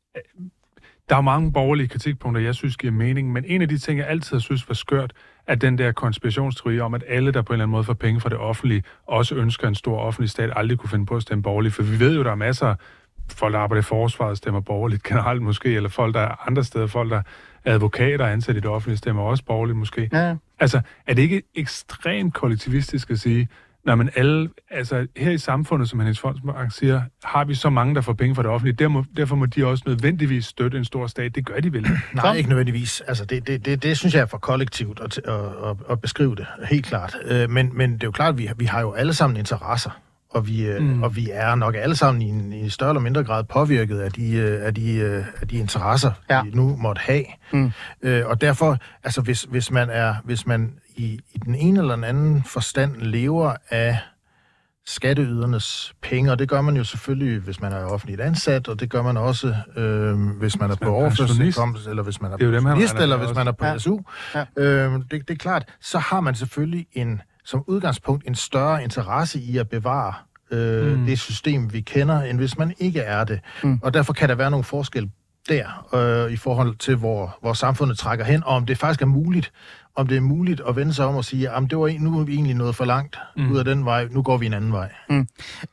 der er mange borgerlige kritikpunkter, jeg synes giver mening, men en af de ting, jeg altid har synes var skørt, at den der konspirationsteori om, at alle, der på en eller anden måde får penge fra det offentlige, også ønsker en stor offentlig stat, aldrig kunne finde på at stemme borgerligt. For vi ved jo, der er masser af folk, der arbejder i forsvaret, stemmer borgerligt generelt måske, eller folk, der er andre steder, folk, der er advokater ansat i det offentlige, stemmer også borgerligt måske. Ja. Altså, er det ikke ekstremt kollektivistisk at sige, når man alle, altså her i samfundet, som Henning Fonsmark siger, har vi så mange, der får penge fra det offentlige, derfor må, derfor må de også nødvendigvis støtte en stor stat. Det gør de vel? Nej, ikke nødvendigvis. Altså, det, det, det, det synes jeg er for kollektivt at, at, at, at beskrive det, helt klart. Men, men det er jo klart, at vi, vi har jo alle sammen interesser. og vi, Mm. og vi er nok alle sammen i en i større eller mindre grad påvirket af de, af de, af de interesser, ja. vi nu måtte have. Mm. Øh, og derfor, altså hvis, hvis man er, hvis man i, i den ene eller den anden forstand lever af skatteydernes penge, og det gør man jo selvfølgelig, hvis man er offentligt ansat, og det gør man også, øh, hvis man er på overførselsindkomst, eller hvis man er pensionist, eller hvis man er på S U. Ja. Øh, det, det er klart, så har man selvfølgelig en, som udgangspunkt en større interesse i at bevare øh, mm. det system, vi kender, end hvis man ikke er det. Mm. Og derfor kan der være nogle forskel der, øh, i forhold til, hvor, hvor samfundet trækker hen, og om det faktisk er muligt, om det er muligt at vende sig om og sige, at det var nu er vi egentlig noget for langt mm. ud af den vej, nu går vi en anden vej. Mm.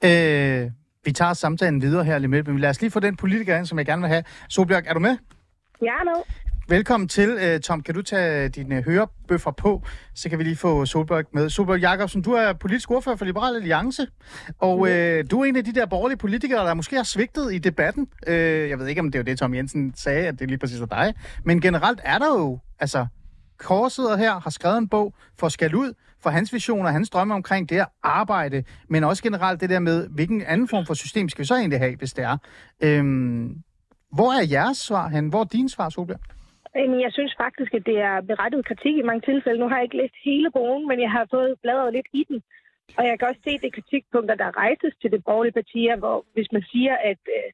Øh, vi tager samtalen videre her lige med, men lad os lige få den politiker ind, som jeg gerne vil have. Solbjørg, er du med? Ja, nu. Velkommen til. Tom, kan du tage dine hørebøffer på, så kan vi lige få Solbjørg med. Solbjørg Jacobsen, du er politisk ordfører for Liberal Alliance, og mm. øh, du er en af de der borgerlige politikere, der måske har svigtet i debatten. Øh, jeg ved ikke, om det er det, Tom Jensen sagde, at det er lige præcis af dig, men generelt er der jo, altså, Kåre sidder her, har skrevet en bog for skæld ud for hans visioner, hans drømme omkring det at arbejde, men også generelt det der med, hvilken anden form for system skal vi så egentlig have, hvis det er. Øhm, hvor er jeres svar hen? Hvor er din svar, Solbjørg? Jeg synes faktisk, at det er berettiget kritik i mange tilfælde. Nu har jeg ikke læst hele bogen, men jeg har fået bladret lidt i den. Og jeg kan også se de kritikpunkter, der rejses til det borgerlige partier, hvor hvis man siger, at øh,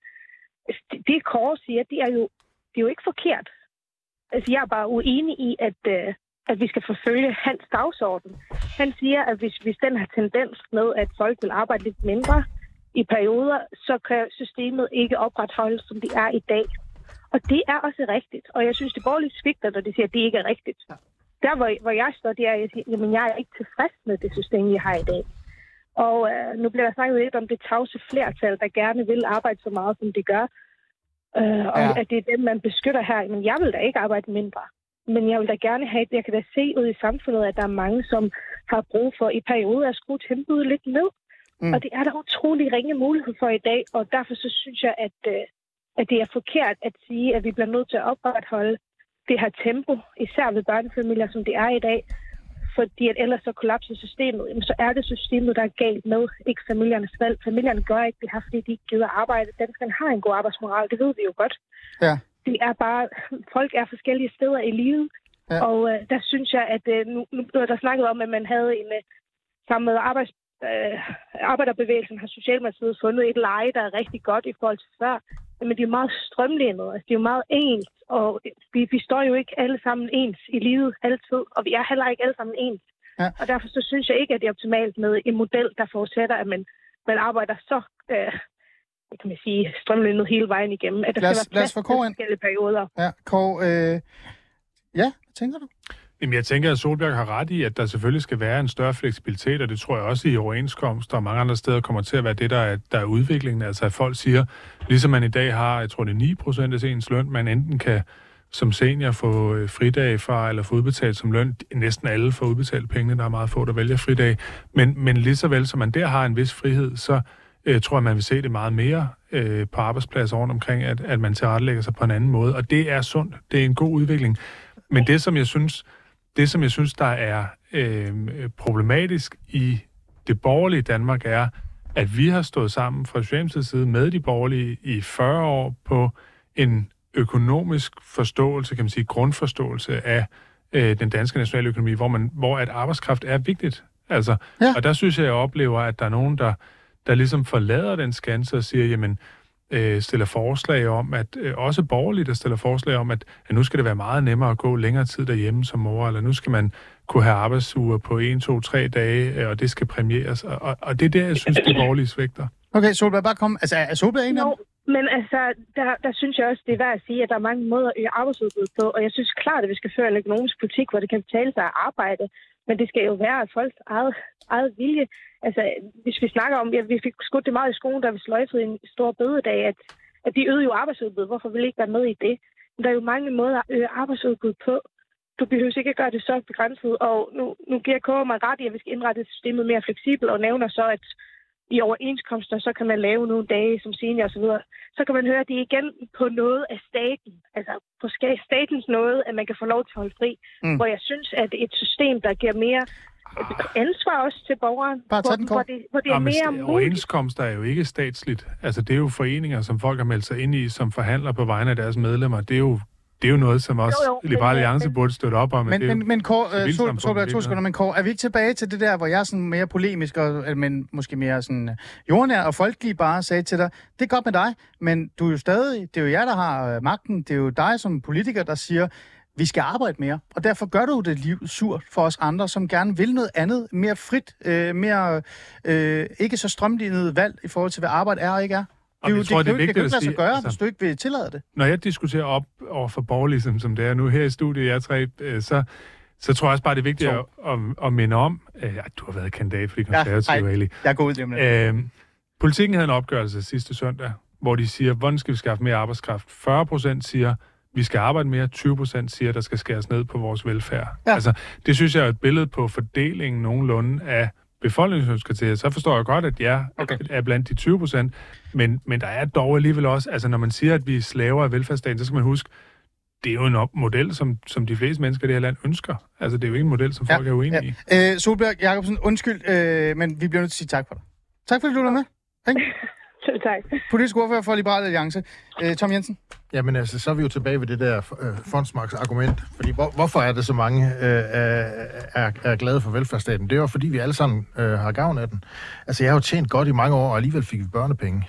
det Kåre siger, det er jo, det er jo ikke forkert. Altså, jeg er bare uenig i, at, øh, at vi skal forfølge hans dagsorden. Han siger, at hvis, hvis den har tendens med, at folk vil arbejde lidt mindre i perioder, så kan systemet ikke opretholdes, som det er i dag. Og det er også rigtigt. Og jeg synes, det borgerlige svigter, når de siger, at det ikke er rigtigt. Der, hvor, hvor jeg står, det er, at jeg siger, jamen, jeg er ikke tilfreds med det system, vi har i dag. Og øh, nu bliver der snakket lidt om det tavse flertal, der gerne vil arbejde så meget, som det gør. Øh, og ja. At det er dem, man beskytter her. Men jeg vil da ikke arbejde mindre. Men jeg vil da gerne have det. Jeg kan da se ud i samfundet, at der er mange, som har brug for i perioder at skrue tempoet lidt ned. Mm. Og det er der utrolig ringe mulighed for i dag. Og derfor så synes jeg, at... Øh, at det er forkert at sige, at vi bliver nødt til at opretholde det her tempo, især ved børnefamilier, som det er i dag, fordi at ellers så kollapser systemet. Jamen, så er det systemet, der er galt med, ikke familiernes valg. Familierne gør ikke det her, fordi de ikke gider arbejde. Danskerne har en god arbejdsmoral, det ved vi jo godt. Ja. Det er bare, folk er forskellige steder i livet, ja. Og uh, der synes jeg, at uh, nu, nu er der snakket om, at man havde en uh, sammen med arbejds uh, arbejderbevægelsen har Socialdemokratiet fundet et leje, der er rigtig godt i forhold til før. Men de er meget strømlignet, altså de er jo meget ens, og vi, vi står jo ikke alle sammen ens i livet altid, og vi er heller ikke alle sammen ens. Ja. Og derfor så synes jeg ikke, at det er optimalt med en model, der forudsætter, at man, man arbejder så øh, kan man sige, strømlignet hele vejen igennem, at der lad skal os, være plads til forskellige perioder. Ja, Kåre, øh, ja, hvad tænker du? Jamen, jeg tænker, at Solbjerg har ret i, at der selvfølgelig skal være en større fleksibilitet, og det tror jeg også i overenskomster og mange andre steder kommer til at være det, der er, der er udviklingen. Altså, at folk siger, ligesom man i dag har, jeg tror det er ni procent af ens løn, man enten kan som senior få fridage fra, eller få udbetalt som løn. Næsten alle får udbetalt pengene, der er meget få, der vælger fridage. Men, men lige så vel, som man der har en vis frihed, så øh, tror jeg, man vil se det meget mere øh, på arbejdspladser rundt omkring, at, at man tilrettelægger sig på en anden måde. Og det er sundt. Det er en god udvikling. Men det, som jeg synes... Det, som jeg synes, der er øh, problematisk i det borgerlige Danmark, er, at vi har stået sammen fra Socialdemokratiets side med de borgerlige i fyrre år på en økonomisk forståelse, kan man sige, grundforståelse af øh, den danske nationale økonomi, hvor, man, hvor at arbejdskraft er vigtigt. Altså, ja. Og der synes jeg, jeg oplever, at der er nogen, der, der ligesom forlader den skanse og siger, jamen, øh, stiller forslag om, at øh, også borgerligt, der stiller forslag om, at, at nu skal det være meget nemmere at gå længere tid derhjemme som mor, eller nu skal man kunne have arbejdsuger på en, to, tre dage, øh, og det skal præmieres. Og, og, og det er der, jeg synes, det borgerlige svigter. Okay, Solberg, bare kom. Altså, er Solberg enig om? Men altså, der, der synes jeg også, det er værd at sige, at der er mange måder at øge arbejdsudbud på, og jeg synes klart, at vi skal føre en økonomisk politik, hvor det kan betale sig at arbejde, men det skal jo være folks eget, eget vilje. Altså, hvis vi snakker om, ja, vi fik skudt det meget i skolen, da vi sløjfede en stor bødedag, at, at de øgede jo arbejdsudbud. Hvorfor vil I ikke være med i det? Men der er jo mange måder at øge arbejdsudbud på. Du behøver ikke at gøre det så begrænset, og nu, nu giver K mig ret i, at vi skal indrette systemet mere fleksibelt, og nævner så, at i overenskomster, så kan man lave nogle dage som senior og så videre. Så kan man høre, at det er igen på noget af staten, altså på statens noget, at man kan få lov til at holde fri. Mm. Hvor jeg synes, at et system, der giver mere ansvar også til borgeren, Bare tag den, hvor, hvor, det, hvor det er Jamen, mere muligt. overenskomster er jo ikke statsligt. Altså, det er jo foreninger, som folk har meldt sig ind i, som forhandler på vegne af deres medlemmer. Det er jo, det er jo noget, som også Jo, jo, Liberale men- Alliance burde støtte op om. Men, det er jo men, men Kåre, øh, civilsamfundet, Sol- Solberg, to det er. sekunder, men Kåre, er vi ikke tilbage til det der, hvor jeg er sådan mere polemisk, og, øh, men måske mere sådan øh, jordnær og folkelig bare sagde til dig, det er godt med dig, men du er jo stadig, det er jo jer, der har øh, magten, det er jo dig som politiker, der siger, vi skal arbejde mere, og derfor gør du det liv surt for os andre, som gerne vil noget andet, mere frit, øh, mere øh, ikke så strømlignet valg i forhold til, hvad arbejde er og ikke er. Det, jeg jo, tror, det, det er det, det, det kan vigtigt jo ikke at lade sig sige, gøre, altså- hvis du ikke vil tillade det. Når jeg diskuterer op over for borgerlighed, som det er nu her i studiet, jeg tre, øh, så, så tror jeg også bare, det er vigtigt at, at, at minde om, øh, at du har været kandidat for de konservative, Ja, Ali. Jeg går ud lige om lidt. Øh, Politikken havde en opgørelse sidste søndag, hvor de siger, hvordan skal vi skaffe mere arbejdskraft? fyrre procent siger, vi skal arbejde mere, tyve procent siger, der skal skæres ned på vores velfærd. Ja. Altså, det synes jeg er et billede på fordelingen nogenlunde af befolkningskriterier. Så forstår jeg godt, at jeg Okay. er blandt de tyve procent, men, men der er dog alligevel også, altså når man siger, at vi er slaver af velfærdsstaten, så skal man huske, det er jo en op- model, som, som de fleste mennesker i det her land ønsker. Altså, det er jo ikke en model, som folk er uenige i. Ja. Øh, Solberg Jacobsen, undskyld, øh, men vi bliver nødt til at sige tak for dig. Tak fordi du var med. Ikke? Selv tak. Politisk ordfører for Liberal Alliance. Øh, Tom Jensen. Jamen altså, så er vi jo tilbage ved det der øh, fondsmarksargument. Fordi hvor, hvorfor er det så mange øh, er, er, er glade for velfærdsstaten? Det er jo fordi, vi alle sammen øh, har gavn af den. Altså, jeg har jo tjent godt i mange år, og alligevel fik vi børnepenge.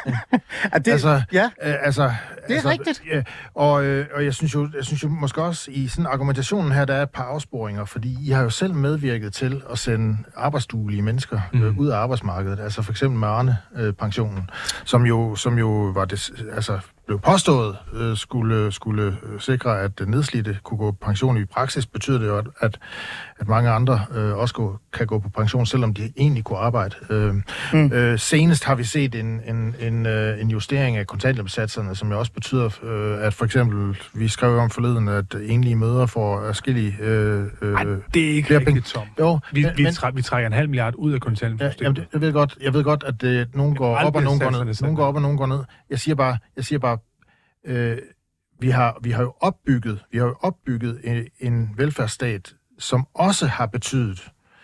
Er det, Altså, ja, øh, altså, det er altså, rigtigt. Ja, og, øh, og jeg synes jo, jeg synes jo måske også, i sådan argumentationen her, der er et par afsporinger, fordi I har jo selv medvirket til at sende arbejdsduelige mennesker mm. øh, ud af arbejdsmarkedet. Altså for eksempel med Arne-pensionen, som jo, som jo var det, altså blev påstået, øh, skulle, skulle øh, sikre, at nedslidte kunne gå på pension. I praksis betyder det jo, at, at, at mange andre øh, også gå, kan gå på pension, selvom de egentlig kunne arbejde. Øh, mm. øh, senest har vi set en, en, en, øh, en justering af kontanthjælpssatserne, som jo også betyder, øh, at for eksempel, vi skrev om forleden, at enlige mødre får forskellige øh, øh, Ej, det er ikke flere rigtigt, penge. Tom. Jo, Vi, men, vi, men, træ, vi trækker en halv milliard ud af ja, kontanthjælpssystemet. jamen, det, jeg ved godt, jeg ved godt, at øh, nogen går op, og nogen går ned. Nogen går op, og nogen går ned. Jeg siger bare, jeg siger bare, øh, vi har vi har jo opbygget, vi har jo opbygget en, en velfærdsstat, som også har betydet,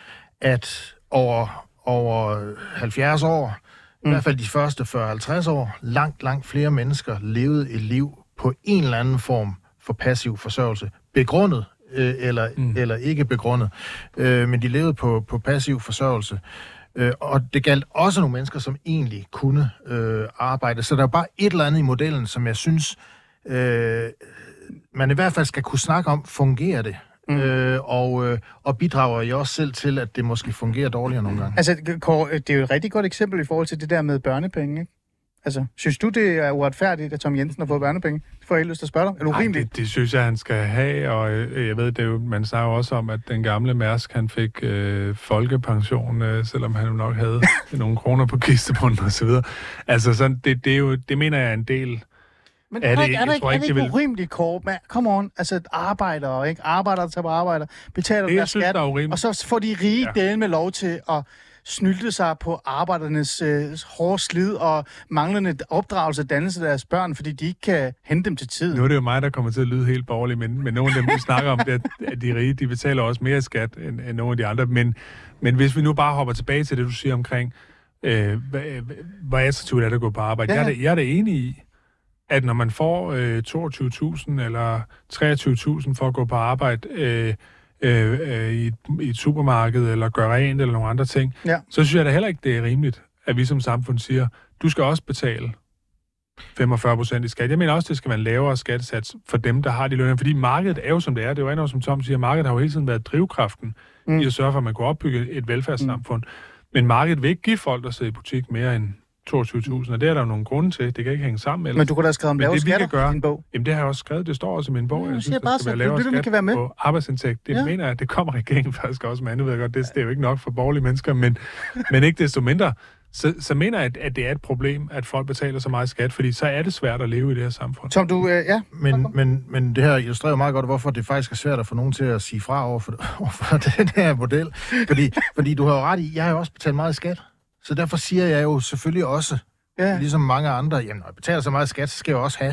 at over over halvfjerds år, mm. i hvert fald de første fyrre til halvtreds år, langt langt flere mennesker levede et liv på en eller anden form for passiv forsørgelse, begrundet øh, eller mm. eller ikke begrundet, øh, men de levede på på passiv forsørgelse. Øh, og det galt også nogle mennesker, som egentlig kunne øh, arbejde. Så der er bare et eller andet i modellen, som jeg synes, øh, man i hvert fald skal kunne snakke om, fungerer det? Mm. Øh, og, øh, og bidrager I også selv til, at det måske fungerer dårligere nogle gange? Altså, Kåre, det er jo et rigtig godt eksempel i forhold til det der med børnepenge, ikke? Altså, synes du, det er uretfærdigt, at Tom Jensen har fået børnepenge? Det får jeg helt lyst til at spørge dig. Er du Ej, urimeligt? det, det synes jeg, han skal have, og øh, jeg ved, det er jo, man snakker også om, at den gamle Mærsk, han fik øh, folkepension, øh, selvom han jo nok havde nogle kroner på kistebunden og så videre. Altså, sådan, det, det, er jo, det mener jeg er en del. Men er er, det det, ikke? er, der Jeg ikke, tror er ikke, det det ikke vil- urimeligt, Kåre? Men, come on, altså arbejdere, ikke? Arbejdere, der tager på arbejder, betaler Det, deres jeg synes, skat, der er urimeligt. og så får de rige Ja. dele med lov til at snylte sig på arbejdernes øh, hårde slid og manglende opdragelse og dannelse af deres børn, fordi de ikke kan hente dem til tiden. Nu er det jo mig, der kommer til at lyde helt borgerlig, men, men nogle af dem, vi snakker om, det er, at de rige, de betaler også mere skat end, end nogle af de andre. Men, men hvis vi nu bare hopper tilbage til det, du siger omkring, øh, hvad, hvor attraktivt er det at gå på arbejde. Ja, Ja, ja. jeg, er da, jeg er da enig i, at når man får øh, toogtyve tusind eller treogtyve tusind for at gå på arbejde øh, øh, øh, i, et, i et supermarked, eller gøre rent, eller nogle andre ting, Ja. så synes jeg da heller ikke, det er rimeligt, at vi som samfund siger, du skal også betale femogfyrre procent i skat. Jeg mener også, det skal være en lavere skattesats for dem, der har de lønner, fordi markedet er jo, som det er. Det er jo andet, som Tom siger, markedet har jo hele tiden været drivkraften mm. i at sørge for, at man kunne opbygge et velfærdssamfund. Mm. Men markedet vil ikke give folk, der sidder i butik, mere end toogtyve tusind, og det er der jo nogle grunde til. Det kan ikke hænge sammen. Ellers. Men du kunne da have skrevet om Men lavere det, vi kan skatter gøre- i din bog. Jamen, det har jeg også skrevet. Det står også i min bog. Ja, Jeg jeg synes, siger der bare, skal så være lavere lytterne skat kan være med. på arbejdsindtægt. Det Ja. mener jeg, det kommer regeringen faktisk også med. Nu ved jeg godt, det, det er jo ikke nok for borgerlige mennesker, men, men ikke desto mindre. Så, så mener jeg, at, at det er et problem, at folk betaler så meget skat, fordi så er det svært at leve i det her samfund. Tom, du, øh, ja? Men, men, men det her illustrerer jo meget godt, hvorfor det faktisk er svært at få nogen til at sige fra over for, over for den her model. Fordi, fordi du har jo ret i, jeg har jo også betalt meget skat. Så derfor siger jeg jo selvfølgelig også, Ja. ligesom mange andre, jamen når jeg betaler så meget skat, så skal jeg også have.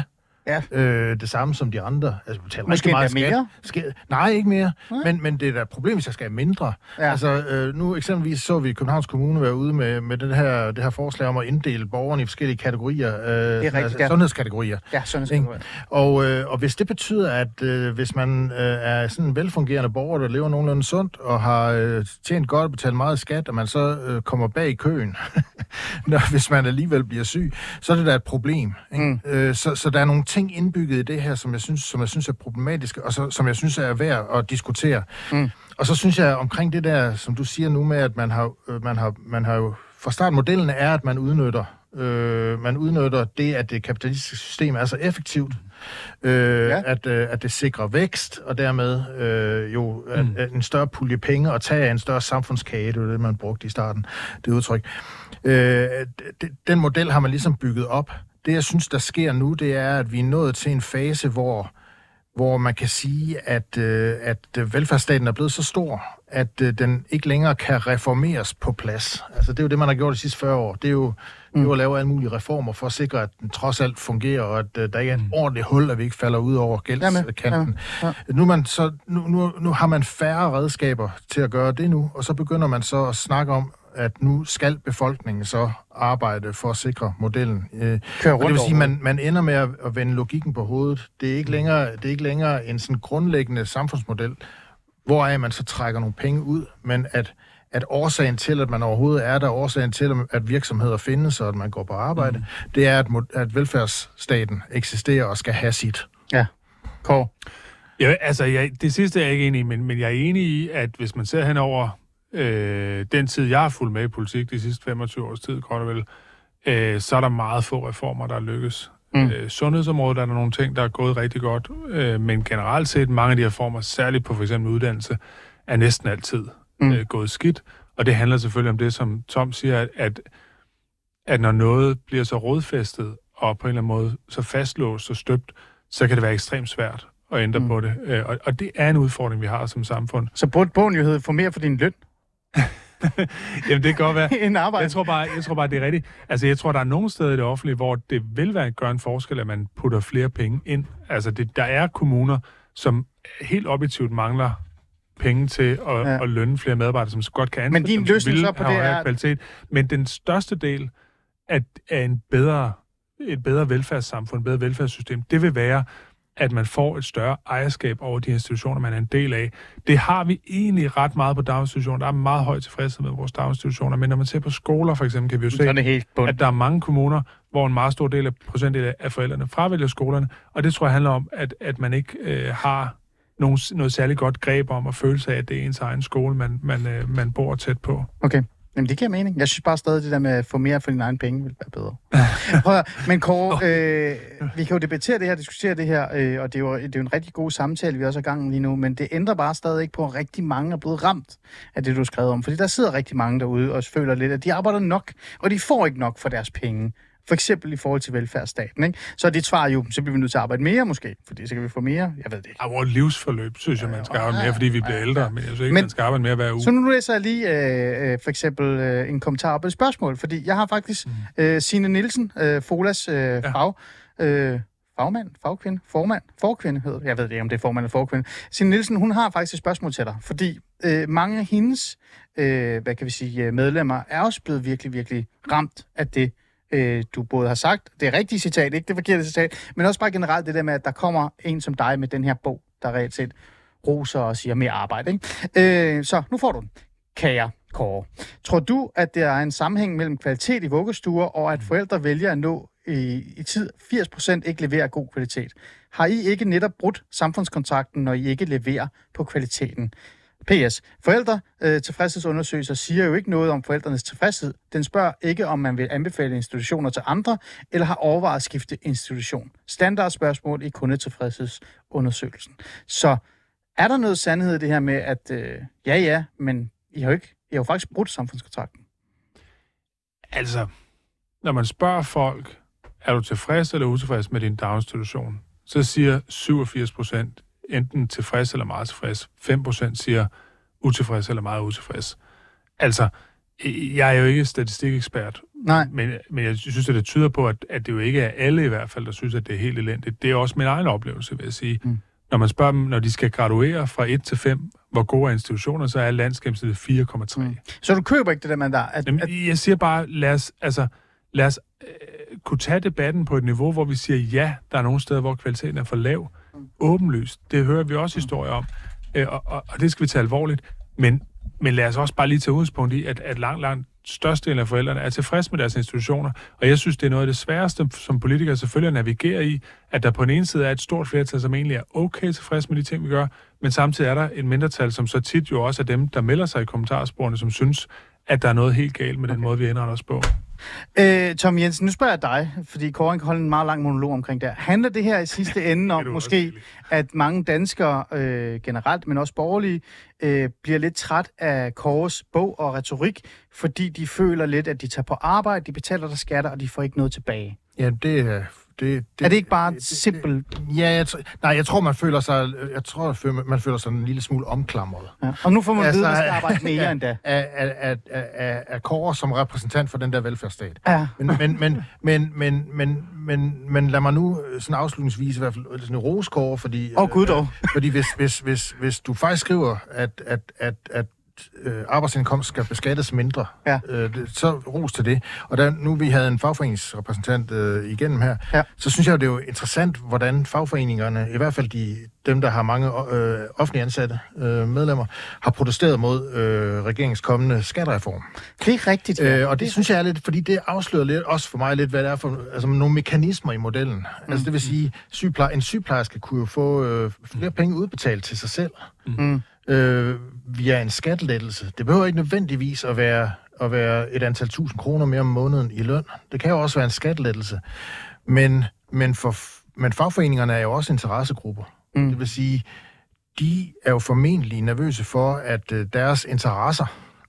Ja. Øh, det samme som de andre. Altså, betaler Måske rigtig meget endda mere? skat. Skal, nej, ikke mere. Men, men det er da et problem, hvis jeg skal have mindre. Ja. Altså, øh, nu eksempelvis så vi i Københavns Kommune være ude med, med det, her, det her forslag om at inddele borgerne i forskellige kategorier. Øh, det er rigtigt, altså, ja. Sundhedskategorier. Ja, sundhedskategorier. Og, øh, og hvis det betyder, at øh, hvis man øh, er sådan en velfungerende borger, der lever nogenlunde sundt, og har øh, tjent godt og betalt meget skat, og man så øh, kommer bag i køen, når, hvis man alligevel bliver syg, så er det da et problem. Ikke? Mm. Øh, så, så der er nogle ting indbygget i det her, som jeg synes, som jeg synes er problematiske, og så, som jeg synes er værd at diskutere. Mm. Og så synes jeg omkring det der, som du siger nu med, at man har, øh, man har, man har jo fra start modellen er, at man udnytter øh, man udnytter det, at det kapitalistiske system er så effektivt, øh, ja. at, øh, at det sikrer vækst, og dermed øh, jo at, mm. at en større pulje penge og tage af en større samfundskage, det var det, man brugte i starten, det udtryk. Øh, den model har man ligesom bygget op. Det, jeg synes, der sker nu, det er, at vi er nået til en fase, hvor, hvor man kan sige, at, øh, at velfærdsstaten er blevet så stor, at øh, den ikke længere kan reformeres på plads. Altså, det er jo det, man har gjort de sidste fyrre år. Det er jo, mm. det er jo at lave alle mulige reformer for at sikre, at den trods alt fungerer, og at øh, der ikke er et ordentligt hul, at vi ikke falder ud over gældskanten. Ja, ja. Nu, man så, nu, nu, nu har man færre redskaber til at gøre det nu, og så begynder man så at snakke om, at nu skal befolkningen så arbejde for at sikre modellen. Øh, og det vil sige, at man, man ender med at, at vende logikken på hovedet. Det er ikke længere, det er ikke længere en sådan grundlæggende samfundsmodel, hvoraf man så trækker nogle penge ud, men at, at årsagen til, at man overhovedet er der, årsagen til, at virksomheder findes, og at man går på arbejde, mm. det er, at, at velfærdsstaten eksisterer og skal have sit. Ja. Kåre? Ja, altså, jeg, det sidste er jeg ikke enig i, men, men jeg er enig i, at hvis man ser hen over Øh, den tid, jeg har fulgt med i politik, de sidste femogtyve års tid, godt og vel, øh, så er der meget få reformer, der er lykkes. Mm. Øh, sundhedsområdet er der nogle ting, der er gået rigtig godt, øh, men generelt set, mange af de reformer, særligt på for eksempel uddannelse, er næsten altid mm. øh, gået skidt. Og det handler selvfølgelig om det, som Tom siger, at, at, at når noget bliver så rodfæstet, og på en eller anden måde så fastlåst og støbt, så kan det være ekstremt svært at ændre mm. på det. Øh, og, og det er en udfordring, vi har som samfund. Så burde bogen jo hedde få mere for din løn? Jamen, det kan godt være. En arbejde. Jeg tror, bare, jeg tror bare, det er rigtigt. Altså, jeg tror, der er nogle steder i det offentlige, hvor det vil være gøre en forskel, at man putter flere penge ind. Altså, det, der er kommuner, som helt objektivt mangler penge til at, ja. at lønne flere medarbejdere, som så godt kan ansætte. Men din løsning så på det er... kvalitet. Men den største del af, af en bedre, et bedre velfærdssamfund, et bedre velfærdssystem, det vil være, at man får et større ejerskab over de institutioner, man er en del af. Det har vi egentlig ret meget på daginstitutioner. Der er meget høj tilfredshed med vores daginstitutioner, men når man ser på skoler for eksempel, kan vi jo se, at der er mange kommuner, hvor en meget stor del af procentdel af forældrene fravælger skolerne, og det tror jeg handler om, at, at man ikke øh, har nogen, noget særligt godt greb om at føle sig af, at det er ens egen skole, man, man, øh, man bor tæt på. Okay. Jamen, det giver mening. Jeg synes bare stadig, det der med at få mere for dine egne penge vil være bedre. Prøv at, men Kåre, øh, vi kan jo debattere det her, diskutere det her, øh, og det er, jo, det er jo en rigtig god samtale, vi også er i gang lige nu, men det ændrer bare stadig ikke på, at rigtig mange er blevet ramt af det, du skrev om. Fordi der sidder rigtig mange derude og føler lidt, at de arbejder nok, og de får ikke nok for deres penge. For eksempel i forhold til velfærdsstaten, ikke? Så er dit svar jo, så bliver vi nødt til at arbejde mere måske, fordi så kan vi få mere. Jeg ved det ikke. Ja, vores livsforløb, synes jeg, man skal arbejde mere, fordi vi bliver ældre, men jeg synes ikke, men, man skal arbejde mere hver uge. Så nu læser jeg lige øh, for eksempel øh, en kommentar på et spørgsmål, fordi jeg har faktisk mm. øh, Signe Nielsen, øh, Folas øh, ja. fag, øh, fagmand, fagkvinde, formand, forkvinde hedder det. Jeg ved ikke, om det er formand eller forkvinde. Signe Nielsen, hun har faktisk et spørgsmål til dig, fordi øh, mange af hendes, øh, hvad kan vi sige, medlemmer er også blevet virkelig, virkelig ramt af det, du både har sagt. Det er rigtigt citat, ikke det forkerte citat, men også bare generelt det der med, at der kommer en som dig med den her bog, der reelt set roser og siger mere arbejde. Ikke? Øh, så nu får du den. Kære Kåre, tror du, at der er en sammenhæng mellem kvalitet i vuggestuer og at forældre vælger at nå i, i tid firs procent ikke leverer god kvalitet? Har I ikke netop brudt samfundskontrakten, når I ikke leverer på kvaliteten? P S. Forældre øh, tilfredshedsundersøgelser siger jo ikke noget om forældrenes tilfredshed. Den spørger ikke, om man vil anbefale institutioner til andre, eller har overvejet at skifte institution. Standardspørgsmål i kundetilfredshedsundersøgelsen. Så er der noget sandhed i det her med, at øh, ja, ja, men I har jo ikke, I har jo faktisk brudt samfundskontrakten? Altså, når man spørger folk, er du tilfreds eller utilfreds med din daginstitution, så siger syvogfirs procent enten tilfreds eller meget tilfreds. fem procent siger utilfreds eller meget utilfreds. Altså, Jeg er jo ikke statistikekspert, Nej. men, men jeg synes, at det tyder på, at, at det jo ikke er alle i hvert fald, der synes, at det er helt elendigt. Det er også min egen oplevelse, vil jeg sige. Mm. Når man spørger dem, når de skal graduere fra et til fem, hvor gode er institutioner, så er landsgennemsnittet fire komma tre. Mm. Så du køber ikke det der, man der? At, Jamen, at... Jeg siger bare, lad os, altså, lad os øh, kunne tage debatten på et niveau, hvor vi siger, ja, der er nogle steder, hvor kvaliteten er for lav. Mm. Åbenlyst. Det hører vi også historier om. Øh, og, og, og det skal vi tage alvorligt. Men, men lad os også bare lige tage udgangspunkt i, at, at langt, langt størstedelen af forældrene er tilfredse med deres institutioner. Og jeg synes, det er noget af det sværeste som politikere selvfølgelig at navigere i, at der på den ene side er et stort flertal, som egentlig er okay tilfreds med de ting, vi gør, men samtidig er der en mindretal, som så tit jo også er dem, der melder sig i kommentarsporene, som synes, at der er noget helt galt med den okay. måde, vi indretter os på. Øh, Tom Jensen, nu spørger jeg dig, fordi Kåre kan holde en meget lang monolog omkring det. Handler det her i sidste ende om måske, at mange danskere øh, generelt, men også borgerlige, øh, bliver lidt træt af Kåres bog og retorik, fordi de føler lidt, at de tager på arbejde, de betaler der skatter, og de får ikke noget tilbage? Ja, det er... Det, det, er det ikke bare simpelt? Ja, jeg, nej, jeg tror, man føler sig, jeg tror, man føler sig en lille smule omklamret. Ja. Og nu får man altså, vide, at man skal arbejde mere end da. Af, af, af, af, af Kåre som repræsentant for den der velfærdsstat. Ja. Men, men, men, men, men, men, men, men lad mig nu sådan afslutningsvis i hvert fald sådan en rose Kåre, fordi... Åh, oh, gud dog. Øh, fordi hvis, hvis, hvis, hvis du faktisk skriver, at, at, at, at Øh, arbejdsindkomst skal beskattes mindre, ja. øh, det, så ros til det. Og da nu vi havde en fagforeningsrepræsentant øh, igennem her, ja. så synes jeg, det er jo interessant, hvordan fagforeningerne, i hvert fald de, dem, der har mange øh, offentlige ansatte øh, medlemmer, har protesteret mod øh, regeringens kommende skattereform. Det er rigtigt. Ja. Øh, og det, det synes jeg er lidt, fordi det afslører lidt, også for mig lidt, hvad det er for altså, nogle mekanismer i modellen. Mm. Altså det vil sige, sygepleje, en sygeplejerske kunne jo få øh, flere penge udbetalt til sig selv. Mm. Øh, via en skattelettelse. Det behøver ikke nødvendigvis at være, at være et antal tusind kroner mere om måneden i løn. Det kan jo også være en skattelettelse. Men, men, for, men fagforeningerne er jo også interessegrupper. Mm. Det vil sige, de er jo formentlig nervøse for, at øh, deres interesser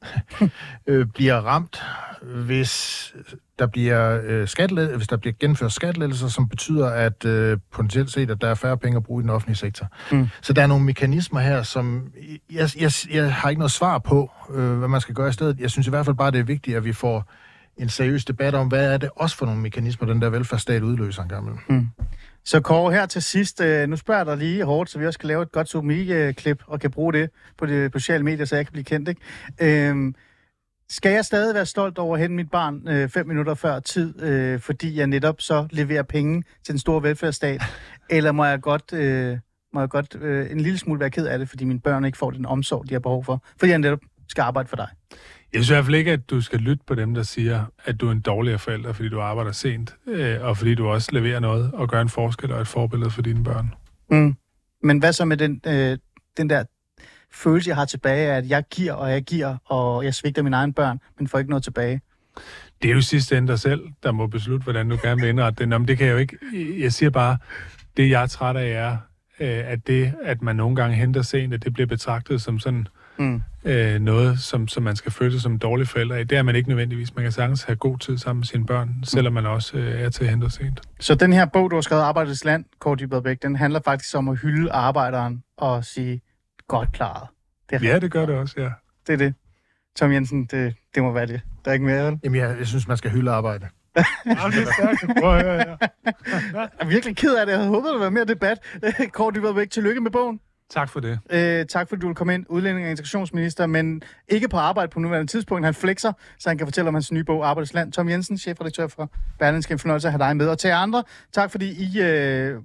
øh, bliver ramt, hvis der bliver øh, skattelet, hvis der bliver gennemført skattelettelser, som betyder, at øh, potentielt set, at der er færre penge at bruge i den offentlige sektor. Mm. Så der er nogle mekanismer her, som jeg, jeg, jeg har ikke noget svar på, øh, hvad man skal gøre i stedet. Jeg synes i hvert fald bare, det er vigtigt, at vi får en seriøs debat om, hvad er det også for nogle mekanismer, den der velfærdsstat udløser en gang imellem. Mm. Så Kåre, her til sidst, øh, nu spørger jeg dig lige hårdt, så vi også kan lave et godt Zoom-klip og kan bruge det på de sociale medier, så jeg kan blive kendt, ikke? Øh, Skal jeg stadig være stolt over at hente mit barn øh, fem minutter før tid, øh, fordi jeg netop så leverer penge til den store velfærdsstat? Eller må jeg godt, øh, må jeg godt øh, en lille smule være ked af det, fordi mine børn ikke får den omsorg, de har behov for? Fordi jeg netop skal arbejde for dig. Jeg synes i hvert fald ikke, at du skal lytte på dem, der siger, at du er en dårligere forælder, fordi du arbejder sent, øh, og fordi du også leverer noget og gør en forskel og et forbillede for dine børn. Mm. Men hvad så med den, øh, den der følelse, jeg har tilbage af, at jeg giver, og jeg giver, og jeg svigter mine egne børn, men får ikke noget tilbage? Det er jo sidste ende dig selv, der må beslutte, hvordan du gerne vil indrette det. Nå, men det kan jeg jo ikke. Jeg siger bare, det jeg er træt af er, at det, at man nogle gange henter sent, at det bliver betragtet som sådan mm. øh, noget, som, som man skal føle sig som en dårlig forælder i. Det er man ikke nødvendigvis. Man kan sagtens have god tid sammen med sine børn, selvom man også øh, er til at hente sent. Så den her bog, du har skrevet, Arbejdets Land, Kaare Dybvad Bek, den handler faktisk om at hylde arbejderen og sige, godt klaret. Det ja, det gør det også, ja. Det er det. Tom Jensen, det, det må være det. Der er ikke mere, vel? Jamen, jeg, jeg synes, man skal hylde arbejde. Jamen, det er stærkt. Prøv at høre, ja. Jeg er virkelig ked af det. Jeg havde håbet, der var mere debat. Kaare Dybvad Bek, tillykke med bogen. Tak for det. Øh, tak fordi du vil komme ind, udlænding- og integrationsminister, men ikke på arbejde på nuværende tidspunkt. Han flexer, så han kan fortælle om hans nye bog, Arbejdets Land. Tom Jensen, chefredaktør for Berlingske, en fornøjelse at have dig med. Og til andre, tak fordi I... Øh,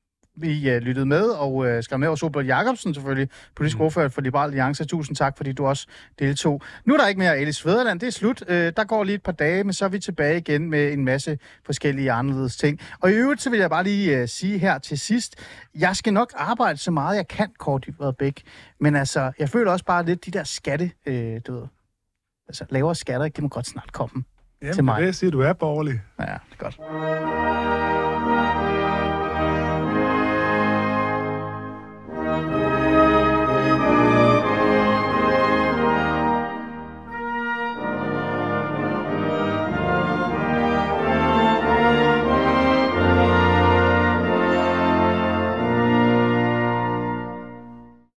Vi uh, lyttede med og uh, skrev med, og Solbjørn Jacobsen selvfølgelig, politisk mm. ordfører for Liberal Alliance. Tusind tak, fordi du også deltog. Nu er der ikke mere Alice Fædreland, det er slut. Uh, der går lige et par dage, men så er vi tilbage igen med en masse forskellige anderledes ting. Og i øvrigt, så vil jeg bare lige uh, sige her til sidst, jeg skal nok arbejde så meget, jeg kan, Kaare Dybvad Bek. Men altså, jeg føler også bare lidt de der skatte, uh, du ved, altså lavere skatter, det må godt snart komme Jamen, til mig. Jamen, det er det, jeg siger, du er borgerlig. Ja, det er godt.